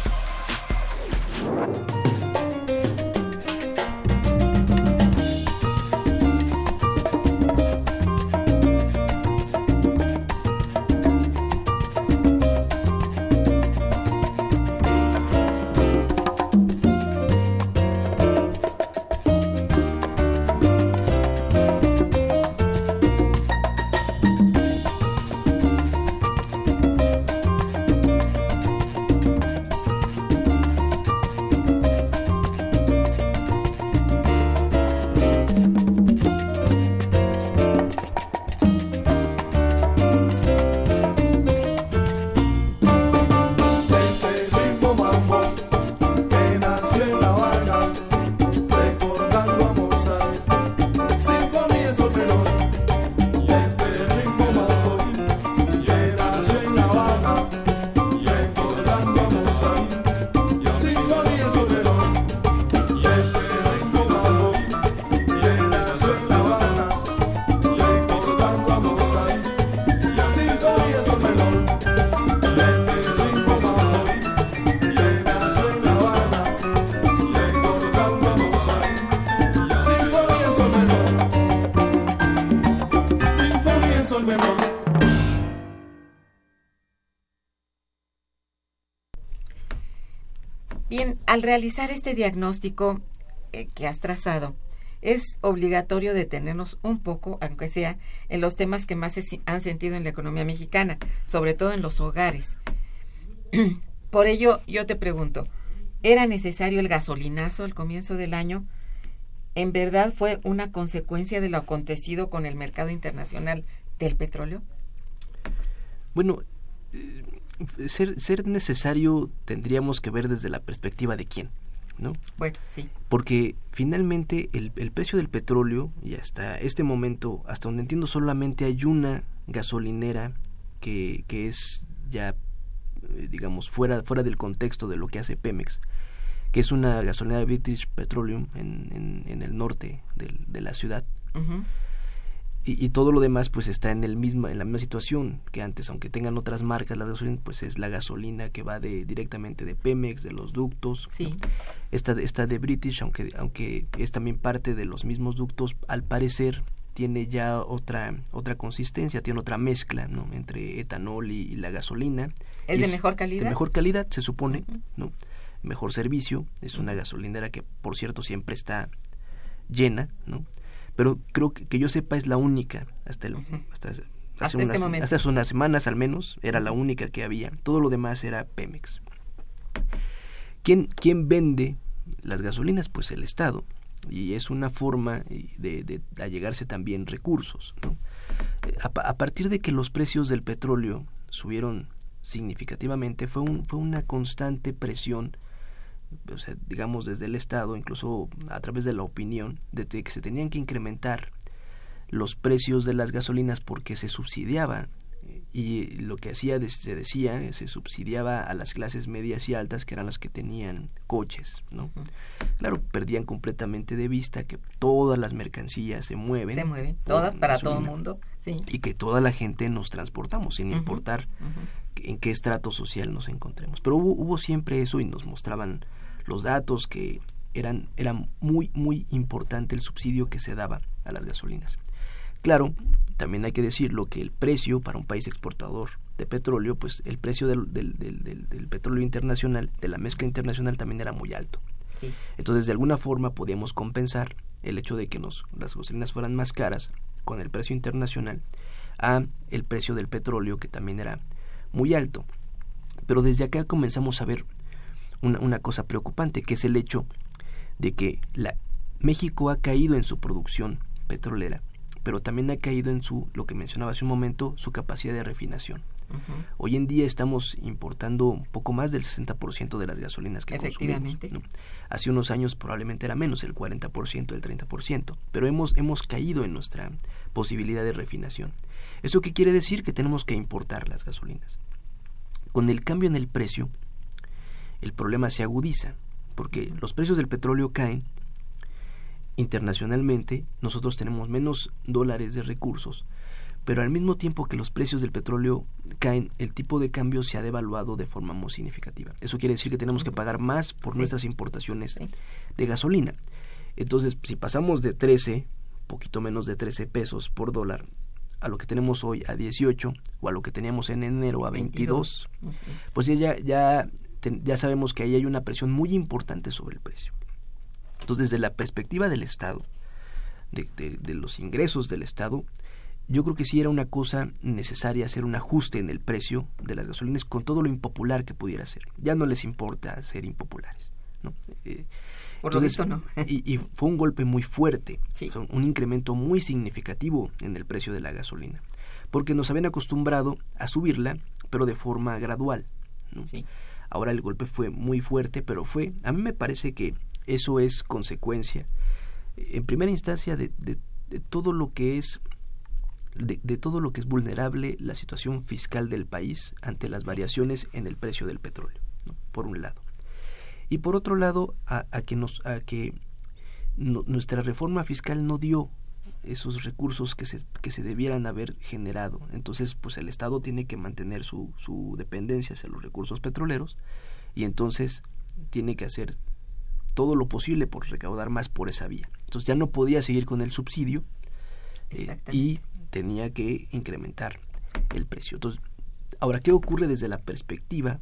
Bien, al realizar este diagnóstico eh, que has trazado, es obligatorio detenernos un poco, aunque sea en los temas que más se han sentido en la economía mexicana, sobre todo en los hogares. Por ello, yo te pregunto, ¿era necesario el gasolinazo al comienzo del año? ¿En verdad fue una consecuencia de lo acontecido con el mercado internacional del petróleo? Bueno, eh, ser, ser necesario tendríamos que ver desde la perspectiva de quién, ¿no? Bueno, sí. Porque finalmente el, el precio del petróleo, y hasta este momento, hasta donde entiendo, solamente hay una gasolinera que, que es ya, eh, digamos, fuera, fuera del contexto de lo que hace Pemex, que es una gasolinera British Petroleum en, en, en el norte del, de la ciudad. Uh-huh. y, y todo lo demás pues está en el mismo, en la misma situación que antes, aunque tengan otras marcas las gasolinas, pues es la gasolina que va de directamente de Pemex, de los ductos. Sí. ¿no? Esta, esta de British, aunque, aunque es también parte de los mismos ductos, al parecer tiene ya otra otra consistencia, tiene otra mezcla, ¿no? entre etanol y, y la gasolina. ¿Es y de mejor calidad? De mejor calidad, se supone, Uh-huh. ¿no? Mejor servicio, es una gasolinera que, por cierto, siempre está llena, ¿no? Pero creo que, que yo sepa es la única, hasta el, Uh-huh. hasta, hace hasta unas, este momento. hasta hace unas semanas al menos, era la única que había. Todo lo demás era Pemex. ¿Quién, quién vende las gasolinas? Pues el Estado. Y es una forma de, de allegarse también recursos, ¿no? A, a partir de que los precios del petróleo subieron significativamente, fue, un, fue una constante presión, o sea, digamos desde el Estado, incluso a través de la opinión, de que se tenían que incrementar los precios de las gasolinas porque se subsidiaba, y lo que hacía se decía se subsidiaba a las clases medias y altas, que eran las que tenían coches, ¿no? Uh-huh. Claro, perdían completamente de vista que todas las mercancías se mueven se mueven todas para gasolina, todo el mundo, sí. Y que toda la gente nos transportamos sin uh-huh. importar uh-huh. en qué estrato social nos encontremos. Pero hubo, hubo siempre eso, y nos mostraban los datos que eran eran muy muy importante el subsidio que se daba a las gasolinas. Claro, también hay que decirlo que el precio para un país exportador de petróleo, pues el precio del, del, del, del, del petróleo internacional, de la mezcla internacional, también era muy alto. Sí. Entonces, de alguna forma podíamos compensar el hecho de que nos, las gasolinas fueran más caras con el precio internacional a el precio del petróleo, que también era muy alto. Pero desde acá comenzamos a ver una, una cosa preocupante, que es el hecho de que la, México ha caído en su producción petrolera, pero también ha caído en su, lo que mencionaba hace un momento, su capacidad de refinación. Uh-huh. Hoy en día estamos importando un poco más del sesenta por ciento de las gasolinas que consumimos, ¿no? Hace unos años probablemente era menos, el cuarenta por ciento, el treinta por ciento, pero hemos, hemos caído en nuestra posibilidad de refinación. ¿Eso qué quiere decir? Que tenemos que importar las gasolinas. Con el cambio en el precio, el problema se agudiza, porque los precios del petróleo caen. Internacionalmente nosotros tenemos menos dólares de recursos, pero al mismo tiempo que los precios del petróleo caen, el tipo de cambio se ha devaluado de forma muy significativa. Eso quiere decir que tenemos que pagar más por sí. nuestras importaciones sí. de gasolina. Entonces, si pasamos de trece, poquito menos de trece pesos por dólar, a lo que tenemos hoy a dieciocho, o a lo que teníamos en enero a veintidós, veintidós. Okay. Pues ya, ya, ya sabemos que ahí hay una presión muy importante sobre el precio. Entonces, desde la perspectiva del Estado, de, de, de los ingresos del Estado, yo creo que sí era una cosa necesaria hacer un ajuste en el precio de las gasolinas con todo lo impopular que pudiera ser. Ya no les importa ser impopulares, ¿no? Eh, Por lo visto, no. y, y fue un golpe muy fuerte, sí. o sea, un incremento muy significativo en el precio de la gasolina, porque nos habían acostumbrado a subirla, pero de forma gradual, ¿no? Sí. Ahora el golpe fue muy fuerte, pero fue, a mí me parece que eso es consecuencia, en primera instancia, de, de, de todo lo que es de, de todo lo que es vulnerable la situación fiscal del país ante las variaciones en el precio del petróleo, ¿no? Por un lado. Y por otro lado, a, a que nos a que no, nuestra reforma fiscal no dio esos recursos que se que se debieran haber generado. Entonces, pues el Estado tiene que mantener su su dependencia hacia los recursos petroleros, y entonces tiene que hacer todo lo posible por recaudar más por esa vía. Entonces ya no podía seguir con el subsidio eh, y tenía que incrementar el precio. Entonces, ahora, ¿qué ocurre desde la perspectiva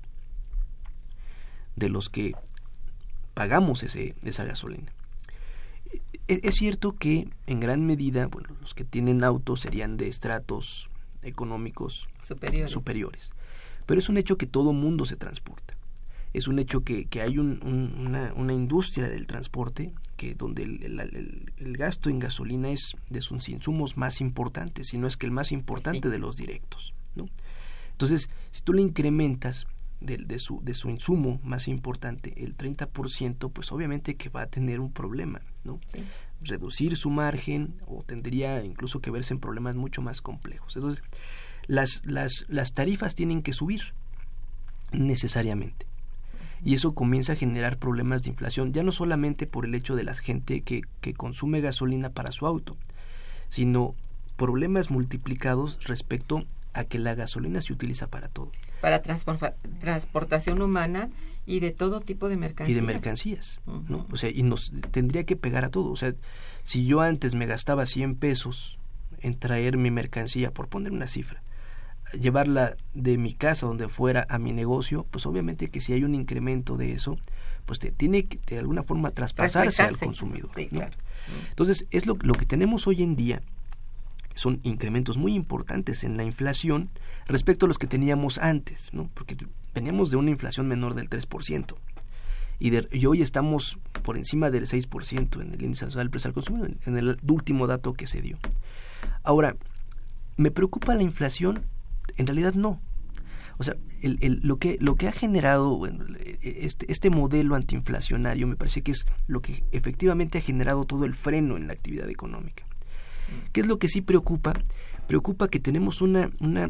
de los que pagamos ese, esa gasolina? Es, es cierto que en gran medida, bueno, los que tienen autos serían de estratos económicos superiores, superiores. Pero es un hecho que todo mundo se transporta. Es un hecho que, que hay un, un, una, una industria del transporte que donde el, el, el, el gasto en gasolina es de sus insumos más importantes, si no es que el más importante sí. de los directos, ¿no? Entonces, si tú le incrementas de, de, su, de su insumo más importante el treinta por ciento, pues obviamente que va a tener un problema, ¿no? Sí. Reducir su margen, o tendría incluso que verse en problemas mucho más complejos. Entonces, las, las, las tarifas tienen que subir necesariamente. Y eso comienza a generar problemas de inflación, ya no solamente por el hecho de la gente que, que consume gasolina para su auto, sino problemas multiplicados respecto a que la gasolina se utiliza para todo. Para transpor- transportación humana y de todo tipo de mercancías. Y de mercancías, uh-huh. ¿no? O sea, y nos tendría que pegar a todo. O sea, si yo antes me gastaba cien pesos en traer mi mercancía, por poner una cifra, llevarla de mi casa donde fuera a mi negocio, pues obviamente que si hay un incremento de eso, pues te tiene que de alguna forma traspasarse al consumidor, sí, ¿no? Claro. Entonces, es lo, lo que tenemos hoy en día son incrementos muy importantes en la inflación respecto a los que teníamos antes, ¿no? Porque veníamos de una inflación menor del tres por ciento y, de, y hoy estamos por encima del seis por ciento en el índice nacional del precio al consumidor, en, en el último dato que se dio. Ahora, ¿me preocupa la inflación? En realidad no. O sea, el, el, lo que lo que ha generado bueno, este, este modelo antiinflacionario me parece que es lo que efectivamente ha generado todo el freno en la actividad económica. ¿Qué es lo que sí preocupa? Preocupa que tenemos una, una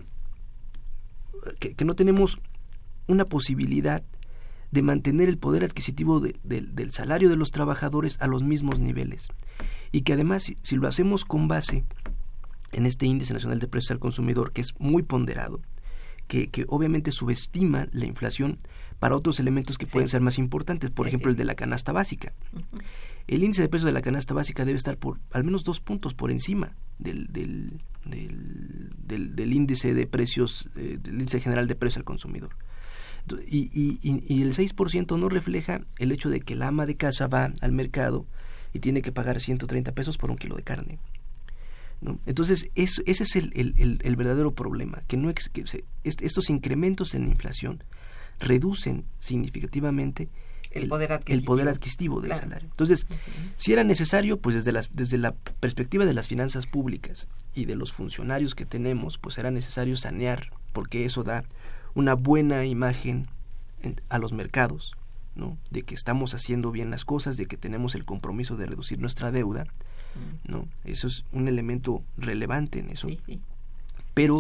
que, que no tenemos una posibilidad de mantener el poder adquisitivo de, de, del salario de los trabajadores a los mismos niveles. Y que además, si, si lo hacemos con base en este índice nacional de precios al consumidor, que es muy ponderado, que, que obviamente subestima la inflación para otros elementos que sí. pueden ser más importantes, por sí, ejemplo sí. el de la canasta básica. Uh-huh. El índice de precios de la canasta básica debe estar por al menos dos puntos por encima del del, del, del, del índice de precios, eh, del índice general de precios al consumidor. Y, y, y el seis por ciento no refleja el hecho de que la ama de casa va al mercado y tiene que pagar ciento treinta pesos por un kilo de carne, ¿no? Entonces, eso, ese es el, el, el, el verdadero problema, que, no ex, que se, est, estos incrementos en la inflación reducen significativamente el, el, poder, adquisitivo. el poder adquisitivo del claro. salario. Entonces, uh-huh. si era necesario, pues desde, las, desde la perspectiva de las finanzas públicas y de los funcionarios que tenemos, pues era necesario sanear, porque eso da una buena imagen en, a los mercados, ¿no? De que estamos haciendo bien las cosas, de que tenemos el compromiso de reducir nuestra deuda, ¿no? Eso es un elemento relevante en eso. Sí, sí. Pero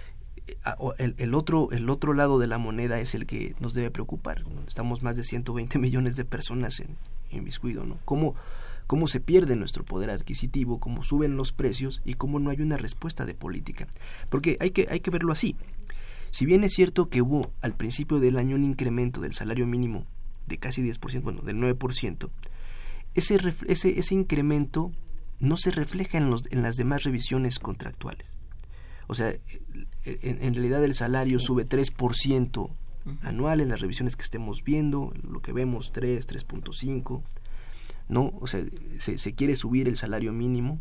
el, el otro el otro lado de la moneda es el que nos debe preocupar, ¿no? Estamos más de ciento veinte millones de personas en inmiscuido, ¿no? ¿Cómo, cómo se pierde nuestro poder adquisitivo, cómo suben los precios y cómo no hay una respuesta de política? Porque hay que hay que verlo así. Si bien es cierto que hubo al principio del año un incremento del salario mínimo de casi diez por ciento, bueno, del nueve por ciento, ese ese ese incremento no se refleja en, los, en las demás revisiones contractuales. O sea, en, en realidad el salario sube tres por ciento anual en las revisiones que estemos viendo, lo que vemos tres, tres punto cinco, ¿no? O sea, se, se quiere subir el salario mínimo,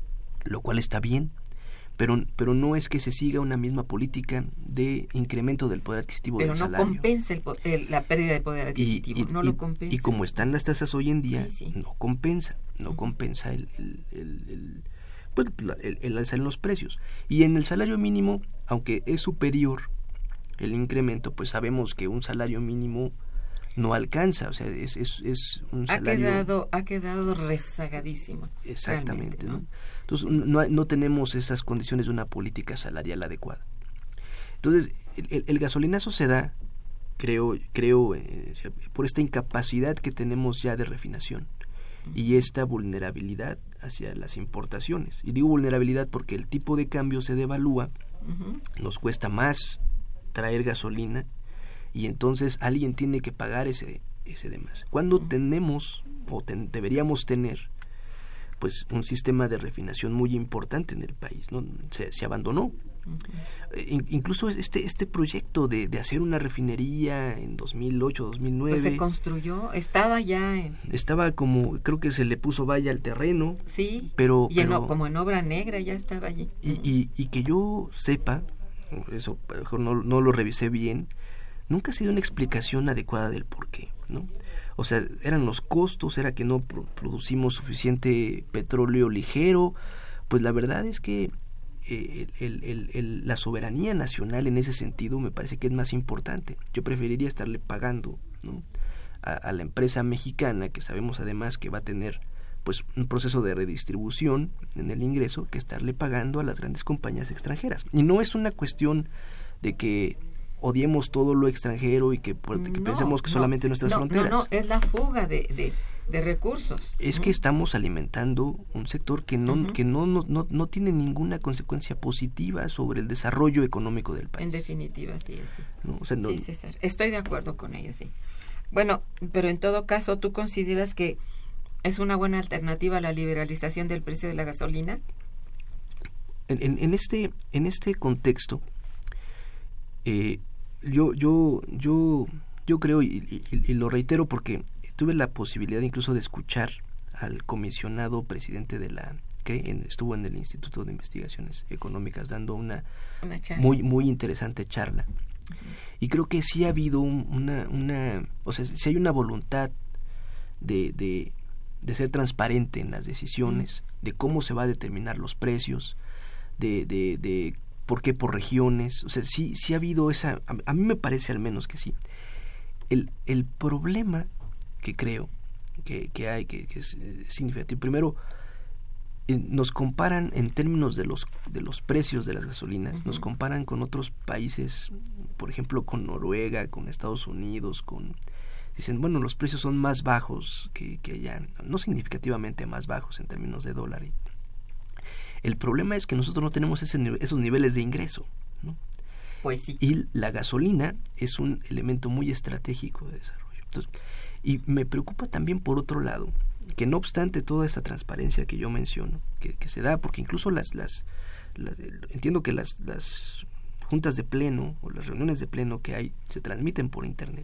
lo cual está bien, pero pero no es que se siga una misma política de incremento del poder adquisitivo pero del no salario. Pero no compensa el, el, la pérdida de poder adquisitivo, y, y, no y, lo compensa. Y como están las tasas hoy en día, sí, sí. no compensa, no uh-huh. compensa el, el, el, el, pues, el, el alzar en los precios. Y en el salario mínimo, aunque es superior el incremento, pues sabemos que un salario mínimo no alcanza, o sea, es, es, es un salario... Ha quedado, ha quedado rezagadísimo. Exactamente, ¿no? ¿no? Entonces, no, no tenemos esas condiciones de una política salarial adecuada. Entonces, el, el gasolinazo se da, creo, creo eh, por esta incapacidad que tenemos ya de refinación y esta vulnerabilidad hacia las importaciones. Y digo vulnerabilidad porque el tipo de cambio se devalúa, uh-huh. nos cuesta más traer gasolina, y entonces alguien tiene que pagar ese ese demás. Cuando tenemos o ten, deberíamos tener pues un sistema de refinación muy importante en el país, ¿no? Se, se abandonó. Uh-huh. In, incluso este este proyecto de, de hacer una refinería en dos mil ocho, dos mil nueve pues se construyó, estaba ya en... estaba como, creo que se le puso valla al terreno. Sí, pero, y pero en, como en obra negra ya estaba allí. Y, y, y que yo sepa, eso a lo mejor no, no lo revisé bien, nunca ha sido una explicación adecuada del por qué, ¿no? O sea, eran los costos, era que no pro- producimos suficiente petróleo ligero. Pues la verdad es que eh, el, el, el, la soberanía nacional en ese sentido me parece que es más importante. Yo preferiría estarle pagando, ¿no? a, a la empresa mexicana, que sabemos además que va a tener pues un proceso de redistribución en el ingreso, que estarle pagando a las grandes compañías extranjeras. Y no es una cuestión de que odiemos todo lo extranjero y que, que no, pensemos que no, solamente nuestras no, fronteras. No, no, es la fuga de, de, de recursos. Es ¿no? que estamos alimentando un sector que no uh-huh. que no, no, no, no tiene ninguna consecuencia positiva sobre el desarrollo económico del país. En definitiva, sí, sí. ¿No? O sea, no... Sí, César, estoy de acuerdo con ello, sí. Bueno, pero en todo caso, ¿tú consideras que es una buena alternativa a la liberalización del precio de la gasolina? En, en, en este en este contexto, eh, yo yo yo yo creo y, y, y lo reitero porque tuve la posibilidad incluso de escuchar al comisionado presidente de la que en, estuvo en el Instituto de Investigaciones Económicas dando una, una charla. muy muy interesante charla. Uh-huh. Y creo que sí ha habido un, una una o sea, sí hay una voluntad de de de ser transparente en las decisiones, uh-huh. de cómo se va a determinar los precios, de de de por qué por regiones, o sea, sí sí ha habido esa, a, a mí me parece al menos que sí. El el problema que creo que, que hay, que, que es eh, significativo. Primero, eh, nos comparan en términos de los de los precios de las gasolinas, uh-huh. nos comparan con otros países, por ejemplo, con Noruega, con Estados Unidos, con dicen, bueno, los precios son más bajos que, que allá, no significativamente más bajos en términos de dólar. El problema es que nosotros no tenemos ese, esos niveles de ingreso, ¿no? Pues sí. Y la gasolina es un elemento muy estratégico de desarrollo. Entonces, y me preocupa también por otro lado que no obstante toda esa transparencia que yo menciono, que, que se da, porque incluso las, las, las entiendo que las, las juntas de pleno o las reuniones de pleno que hay se transmiten por internet,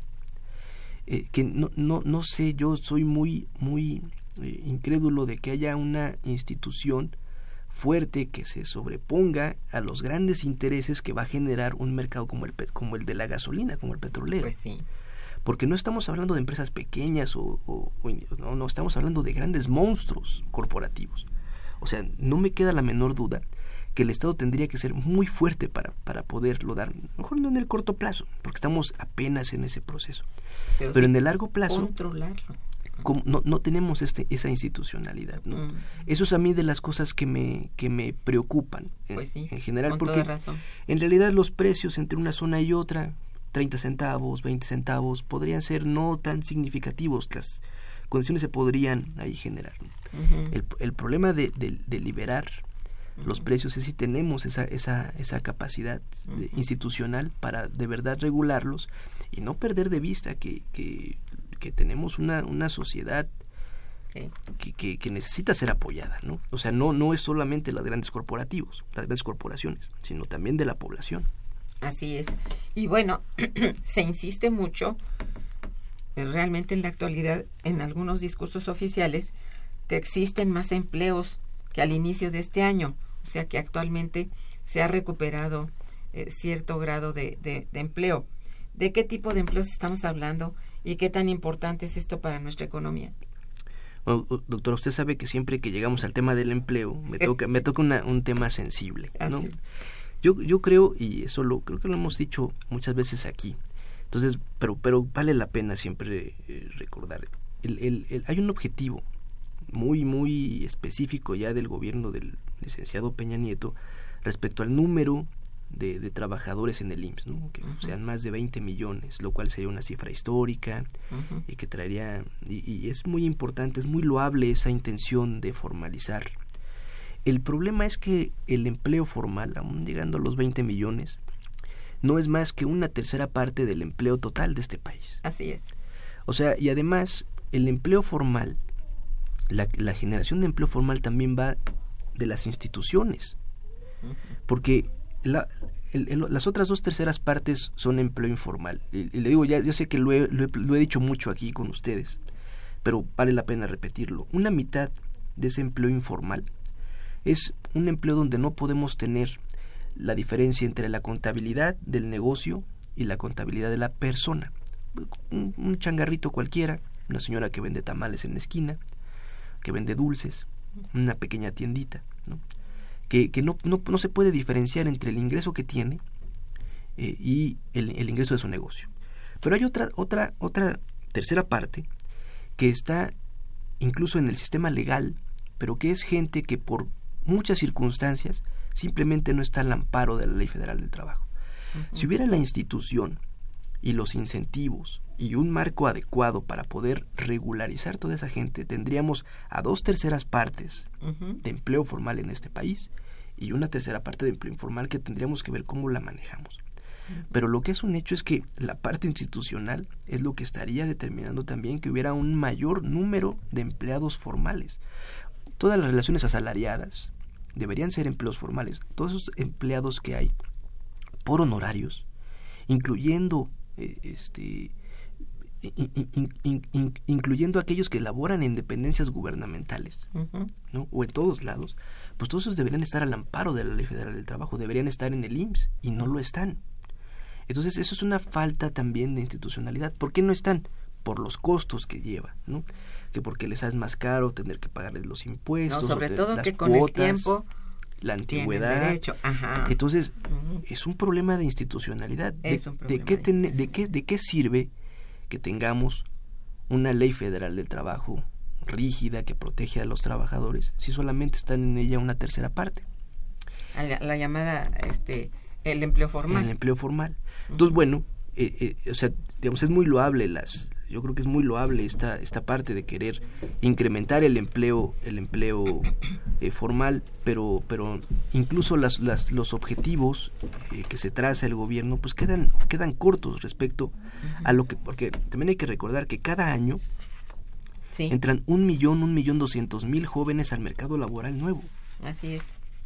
eh, que no, no, no sé, yo soy muy, muy eh, incrédulo de que haya una institución fuerte que se sobreponga a los grandes intereses que va a generar un mercado como el, como el de la gasolina, como el petrolero. Pues sí. Porque no estamos hablando de empresas pequeñas o, o, o no, no, estamos hablando de grandes monstruos corporativos. O sea, no me queda la menor duda que el Estado tendría que ser muy fuerte para, para poderlo dar, a lo mejor no en el corto plazo, porque estamos apenas en ese proceso. Pero, Pero sí en el largo plazo, controlarlo. Como no, no tenemos este, esa institucionalidad, ¿no? Mm. Eso es a mí de las cosas que me, que me preocupan, pues sí, en, en general, con porque toda razón. En realidad los precios entre una zona y otra, treinta centavos, veinte centavos, podrían ser no tan significativos, que las condiciones se podrían ahí generar. Uh-huh. El, el problema de, de, de liberar uh-huh. los precios es si tenemos esa, esa, esa capacidad uh-huh. de, institucional para de verdad regularlos y no perder de vista que, que, que tenemos una, una sociedad sí. que, que, que necesita ser apoyada, ¿no? O sea, no, no es solamente los grandes corporativos, las grandes corporaciones, sino también de la población. Así es. Y bueno, se insiste mucho, realmente en la actualidad, en algunos discursos oficiales, que existen más empleos que al inicio de este año. O sea que actualmente se ha recuperado eh, cierto grado de, de, de empleo. ¿De qué tipo de empleos estamos hablando y qué tan importante es esto para nuestra economía? Bueno, doctora, usted sabe que siempre que llegamos al tema del empleo, me toca, me toca una, un tema sensible, ¿no? Así. Yo, yo creo, y eso lo creo que lo hemos dicho muchas veces aquí, entonces, pero, pero vale la pena siempre eh, recordar, el, el, el, hay un objetivo muy, muy específico ya del gobierno del licenciado Peña Nieto respecto al número de, de trabajadores en el I M S S, ¿no? Que uh-huh. sean más de veinte millones, lo cual sería una cifra histórica uh-huh. y que traería, y, y es muy importante, es muy loable esa intención de formalizar. El problema es que el empleo formal, aún llegando a los veinte millones, no es más que una tercera parte del empleo total de este país. Así es. O sea, y además, el empleo formal, la, la generación de empleo formal también va de las instituciones, uh-huh. porque la, el, el, las otras dos terceras partes son empleo informal. Y, y le digo, ya yo sé que lo he, lo, he, lo he dicho mucho aquí con ustedes, pero vale la pena repetirlo. Una mitad de ese empleo informal es un empleo donde no podemos tener la diferencia entre la contabilidad del negocio y la contabilidad de la persona. Un, un changarrito cualquiera, una señora que vende tamales en la esquina, que vende dulces, una pequeña tiendita, ¿no? que, que no, no, no se puede diferenciar entre el ingreso que tiene eh, y el, el ingreso de su negocio. Pero hay otra, otra, otra tercera parte que está incluso en el sistema legal, pero que es gente que por muchas circunstancias simplemente no está al amparo de la Ley Federal del Trabajo. Uh-huh. Si hubiera la institución y los incentivos y un marco adecuado para poder regularizar toda esa gente, tendríamos a dos terceras partes uh-huh. de empleo formal en este país y una tercera parte de empleo informal que tendríamos que ver cómo la manejamos. Uh-huh. Pero lo que es un hecho es que la parte institucional es lo que estaría determinando también que hubiera un mayor número de empleados formales. Todas las relaciones asalariadas deberían ser empleos formales. Todos esos empleados que hay por honorarios, incluyendo eh, este in, in, in, in, incluyendo aquellos que laboran en dependencias gubernamentales, uh-huh. ¿no? O en todos lados, pues todos esos deberían estar al amparo de la Ley Federal del Trabajo, deberían estar en el I M S S y no lo están. Entonces eso es una falta también de institucionalidad. ¿Por qué no están? Por los costos que lleva, ¿no? Que porque les es más caro tener que pagarles los impuestos, no, sobre o todo las que con cuotas, el tiempo la antigüedad. Ajá. Entonces uh-huh. es un problema de institucionalidad. De, es un problema de, qué ten, de, de qué de qué sirve que tengamos una ley federal del trabajo rígida que protege a los trabajadores si solamente están en ella una tercera parte. La, la llamada este el empleo formal. El empleo formal. Entonces, uh-huh. bueno, eh, eh, o sea, digamos, es muy loable las yo creo que es muy loable esta esta parte de querer incrementar el empleo el empleo eh, formal, pero pero incluso las, las los objetivos eh, que se traza el gobierno pues quedan quedan cortos respecto uh-huh. a lo que, porque también hay que recordar que cada año sí. entran un millón un millón doscientos mil jóvenes al mercado laboral nuevo. Así es.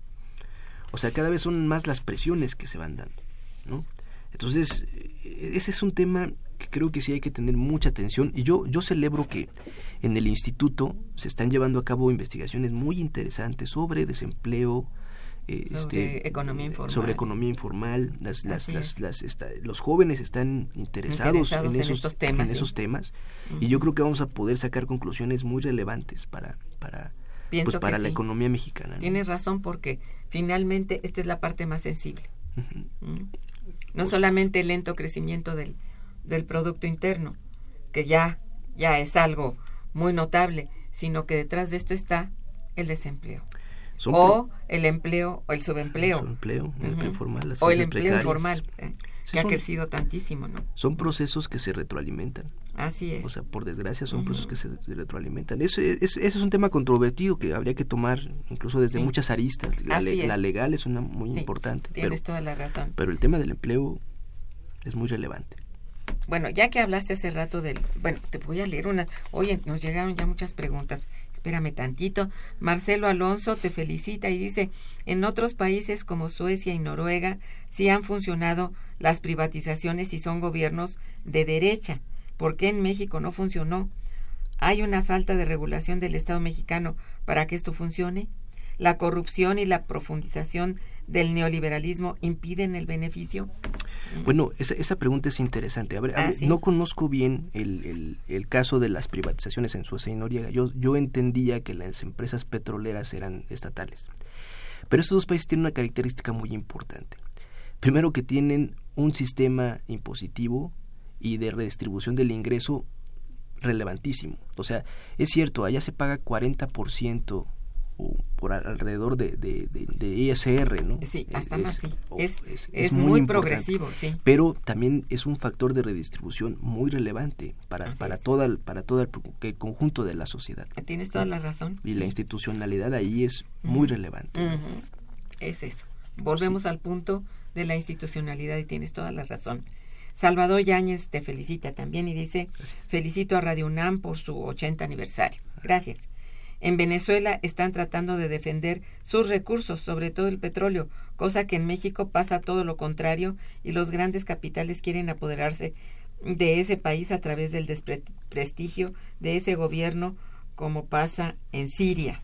O sea, cada vez son más las presiones que se van dando, ¿no? Entonces, ese es un tema que creo que sí hay que tener mucha atención, y yo yo celebro que en el instituto se están llevando a cabo investigaciones muy interesantes sobre desempleo, eh, sobre este, economía informal, sobre economía informal. Las, las, las, las, esta, los jóvenes están interesados, interesados en, esos, en esos temas, en sí. esos temas uh-huh. y yo creo que vamos a poder sacar conclusiones muy relevantes para para pues para la sí. economía mexicana, ¿no? Tienes razón, porque finalmente esta es la parte más sensible. Uh-huh. ¿Mm? No pues, solamente el lento crecimiento del del Producto Interno, que ya, ya es algo muy notable, sino que detrás de esto está el desempleo. Son o pro- el empleo, o el subempleo. El subempleo, el uh-huh. empleo informal. O el empleo precarias. informal, eh, sí, que son, ha crecido tantísimo, ¿no? Son procesos que se retroalimentan. Así es. O sea, por desgracia son uh-huh. procesos que se retroalimentan. Eso es, eso es un tema controvertido que habría que tomar incluso desde sí. muchas aristas. La, le, la legal es una muy sí, importante. Tienes pero, toda la razón. Pero el tema del empleo es muy relevante. Bueno, ya que hablaste hace rato del... Bueno, te voy a leer una... Oye, nos llegaron ya muchas preguntas. Espérame tantito. Marcelo Alonso te felicita y dice, en otros países como Suecia y Noruega sí han funcionado las privatizaciones y son gobiernos de derecha. ¿Por qué en México no funcionó? ¿Hay una falta de regulación del Estado mexicano para que esto funcione? ¿La corrupción y la profundización del neoliberalismo impiden el beneficio? Bueno, esa, esa pregunta es interesante. A ver, ah, a ver, ¿sí? No conozco bien el, el, el caso de las privatizaciones en Suecia y Noruega. Yo, yo entendía que las empresas petroleras eran estatales. Pero estos dos países tienen una característica muy importante. Primero, que tienen un sistema impositivo y de redistribución del ingreso relevantísimo. O sea, es cierto, allá se paga cuarenta por ciento o por alrededor de, de, de, de I S R, ¿no? Sí, hasta es, más, sí. Es, es, es, es muy, muy progresivo, sí. Pero también es un factor de redistribución muy relevante para, para, toda, el, para todo el, el conjunto de la sociedad. Tienes toda la razón. Y sí. la institucionalidad ahí es muy uh-huh. relevante. Uh-huh. Es eso. Volvemos sí. al punto de la institucionalidad y tienes toda la razón. Salvador Yáñez te felicita también y dice, gracias. Felicito a Radio UNAM por su ochenta aniversario. Gracias. En Venezuela están tratando de defender sus recursos, sobre todo el petróleo, cosa que en México pasa todo lo contrario y los grandes capitales quieren apoderarse de ese país a través del desprestigio de ese gobierno, como pasa en Siria.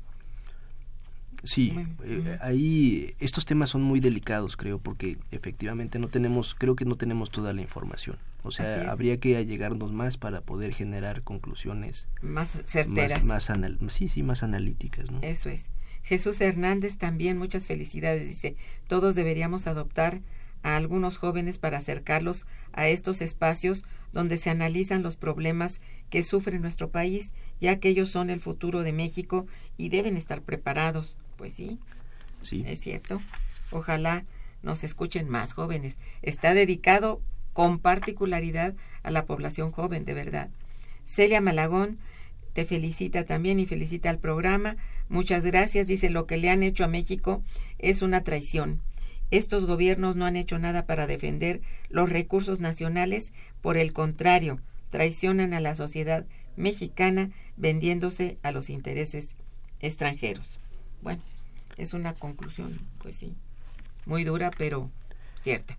Sí, eh, ahí estos temas son muy delicados, creo, porque efectivamente no tenemos, creo que no tenemos toda la información. O sea, habría que allegarnos más para poder generar conclusiones más certeras, más, más anal- sí, sí, más analíticas, ¿no? Eso es. Jesús Hernández también, muchas felicidades, dice, todos deberíamos adoptar a algunos jóvenes para acercarlos a estos espacios donde se analizan los problemas que sufre nuestro país, ya que ellos son el futuro de México y deben estar preparados. Pues sí, sí, es cierto. Ojalá nos escuchen más jóvenes. Está dedicado con particularidad a la población joven, de verdad. Celia Malagón te felicita también y felicita al programa. Muchas gracias. Dice, lo que le han hecho a México es una traición. Estos gobiernos no han hecho nada para defender los recursos nacionales, por el contrario, traicionan a la sociedad mexicana vendiéndose a los intereses extranjeros. Bueno, es una conclusión, pues sí, muy dura, pero cierta.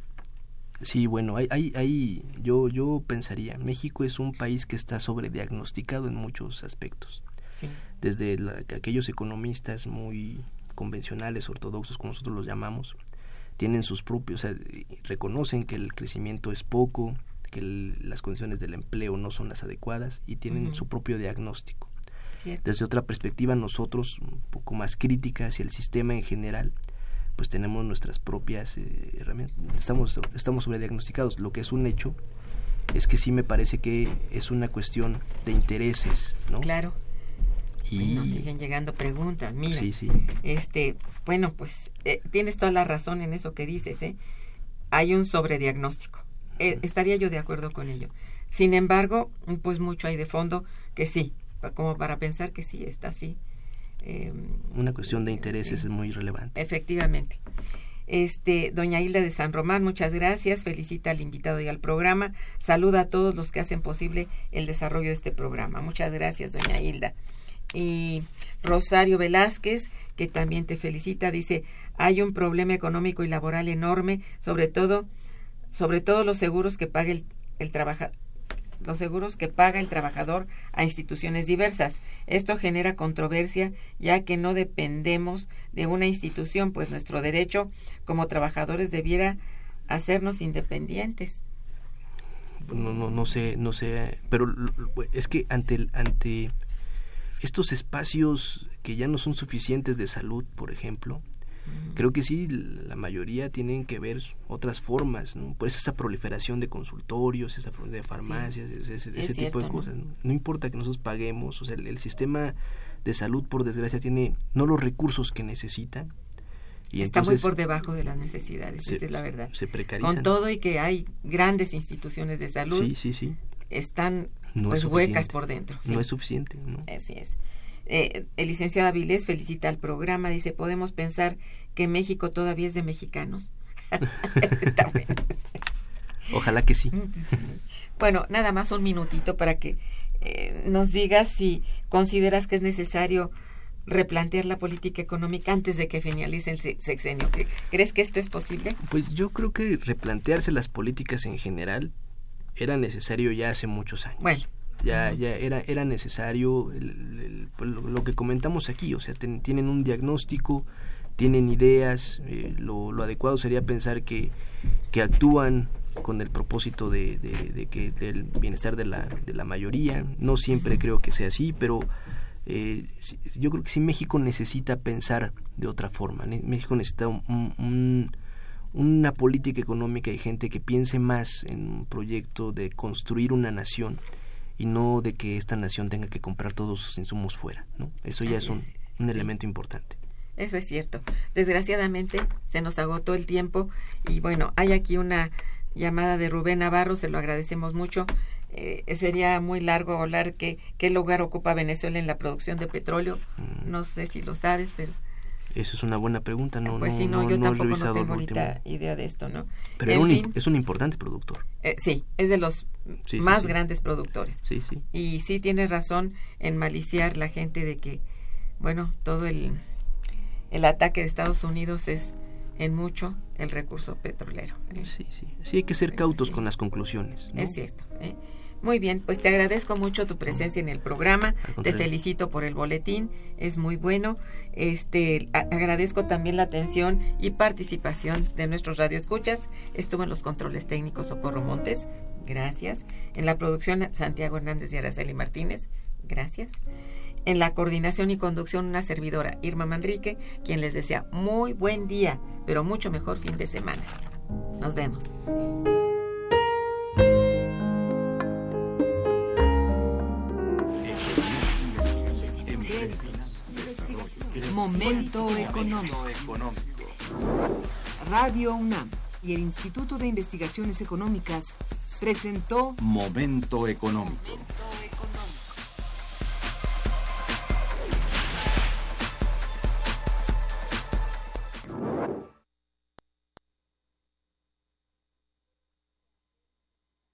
Sí, bueno, hay, hay, hay, yo, yo pensaría, México es un país que está sobrediagnosticado en muchos aspectos. Sí. Desde la, aquellos economistas muy convencionales, ortodoxos, como nosotros los llamamos, tienen sus propios, o sea, reconocen que el crecimiento es poco, que el, las condiciones del empleo no son las adecuadas y tienen uh-huh. su propio diagnóstico. Cierto. Desde otra perspectiva, nosotros, un poco más crítica hacia el sistema en general, pues tenemos nuestras propias eh, herramientas, estamos, estamos sobrediagnosticados. Lo que es un hecho es que sí me parece que es una cuestión de intereses, ¿no? Claro. Y nos siguen llegando preguntas, mira. Sí, sí. Este, bueno, pues eh, tienes toda la razón en eso que dices, ¿eh? Hay un sobrediagnóstico. Eh, estaría yo de acuerdo con ello. Sin embargo, pues mucho hay de fondo que sí, como para pensar que sí está así. Eh, Una cuestión de intereses sí, es muy relevante. Efectivamente. Este, doña Hilda de San Román, muchas gracias, felicita al invitado y al programa, saluda a todos los que hacen posible el desarrollo de este programa. Muchas gracias, doña Hilda. Y Rosario Velázquez, que también te felicita, dice, hay un problema económico y laboral enorme, sobre todo, sobre todo los seguros que paga el, el trabajador. los seguros que paga el trabajador a instituciones diversas. Esto genera controversia, ya que no dependemos de una institución, pues nuestro derecho como trabajadores debiera hacernos independientes. No, no, no sé, no sé, pero es que ante el, ante estos espacios que ya no son suficientes de salud, por ejemplo, creo que sí, la mayoría tienen que ver otras formas, ¿no? Pues esa proliferación de consultorios, esa de farmacias, sí, ese, ese tipo cierto, de cosas. ¿no? ¿no? No importa que nosotros paguemos, o sea, el, el sistema de salud, por desgracia, tiene no los recursos que necesita. Y está entonces, muy por debajo de las necesidades, se, esa es la verdad. Se precarizan. Con todo y que hay grandes instituciones de salud, sí, sí, sí. están no pues huecas por dentro. ¿sí? No es suficiente, ¿no? Así es. Eh, el licenciado Avilés felicita al programa, dice, ¿podemos pensar que México todavía es de mexicanos? Está bueno. Ojalá que sí. Bueno, nada más un minutito para que eh, nos digas si consideras que es necesario replantear la política económica antes de que finalice el sexenio. ¿Crees que esto es posible? Pues yo creo que replantearse las políticas en general era necesario ya hace muchos años. Bueno. Ya, ya era, era necesario el, el, lo que comentamos aquí, o sea, ten, tienen un diagnóstico, tienen ideas, eh, lo, lo adecuado sería pensar que, que actúan con el propósito de, de, de que del bienestar de la, de la mayoría. No siempre creo que sea así, pero eh, yo creo que sí México necesita pensar de otra forma. México necesita un, un, una política económica y gente que piense más en un proyecto de construir una nación y no de que esta nación tenga que comprar todos sus insumos fuera, ¿no? Eso ya es un, un elemento importante. Eso es cierto. Desgraciadamente se nos agotó el tiempo y bueno, hay aquí una llamada de Rubén Navarro, se lo agradecemos mucho. Eh, sería muy largo hablar que qué lugar ocupa Venezuela en la producción de petróleo. Mm. No sé si lo sabes, pero... Eso es una buena pregunta, no, pues no, sí, no, no yo no tampoco he no tengo último. ahorita idea de esto, ¿no? Pero en un, fin, es un importante productor. Eh, sí, es de los sí, más sí, sí. grandes productores. Sí, sí. Y sí tiene razón en maliciar la gente de que, bueno, todo el, el ataque de Estados Unidos es en mucho el recurso petrolero. ¿eh? Sí, sí. Sí, hay que ser cautos sí. con las conclusiones, ¿no? Es cierto, ¿eh? Muy bien, pues te agradezco mucho tu presencia en el programa, te felicito por el boletín, es muy bueno. Este, a- agradezco también la atención y participación de nuestros radioescuchas. Estuvo en los controles técnicos Socorro Montes, gracias. En la producción Santiago Hernández y Araceli Martínez, gracias. En la coordinación y conducción una servidora, Irma Manrique, quien les desea muy buen día, pero mucho mejor fin de semana. Nos vemos. Momento económico. Radio UNAM. y el Instituto de Investigaciones Económicas presentó Momento Económico.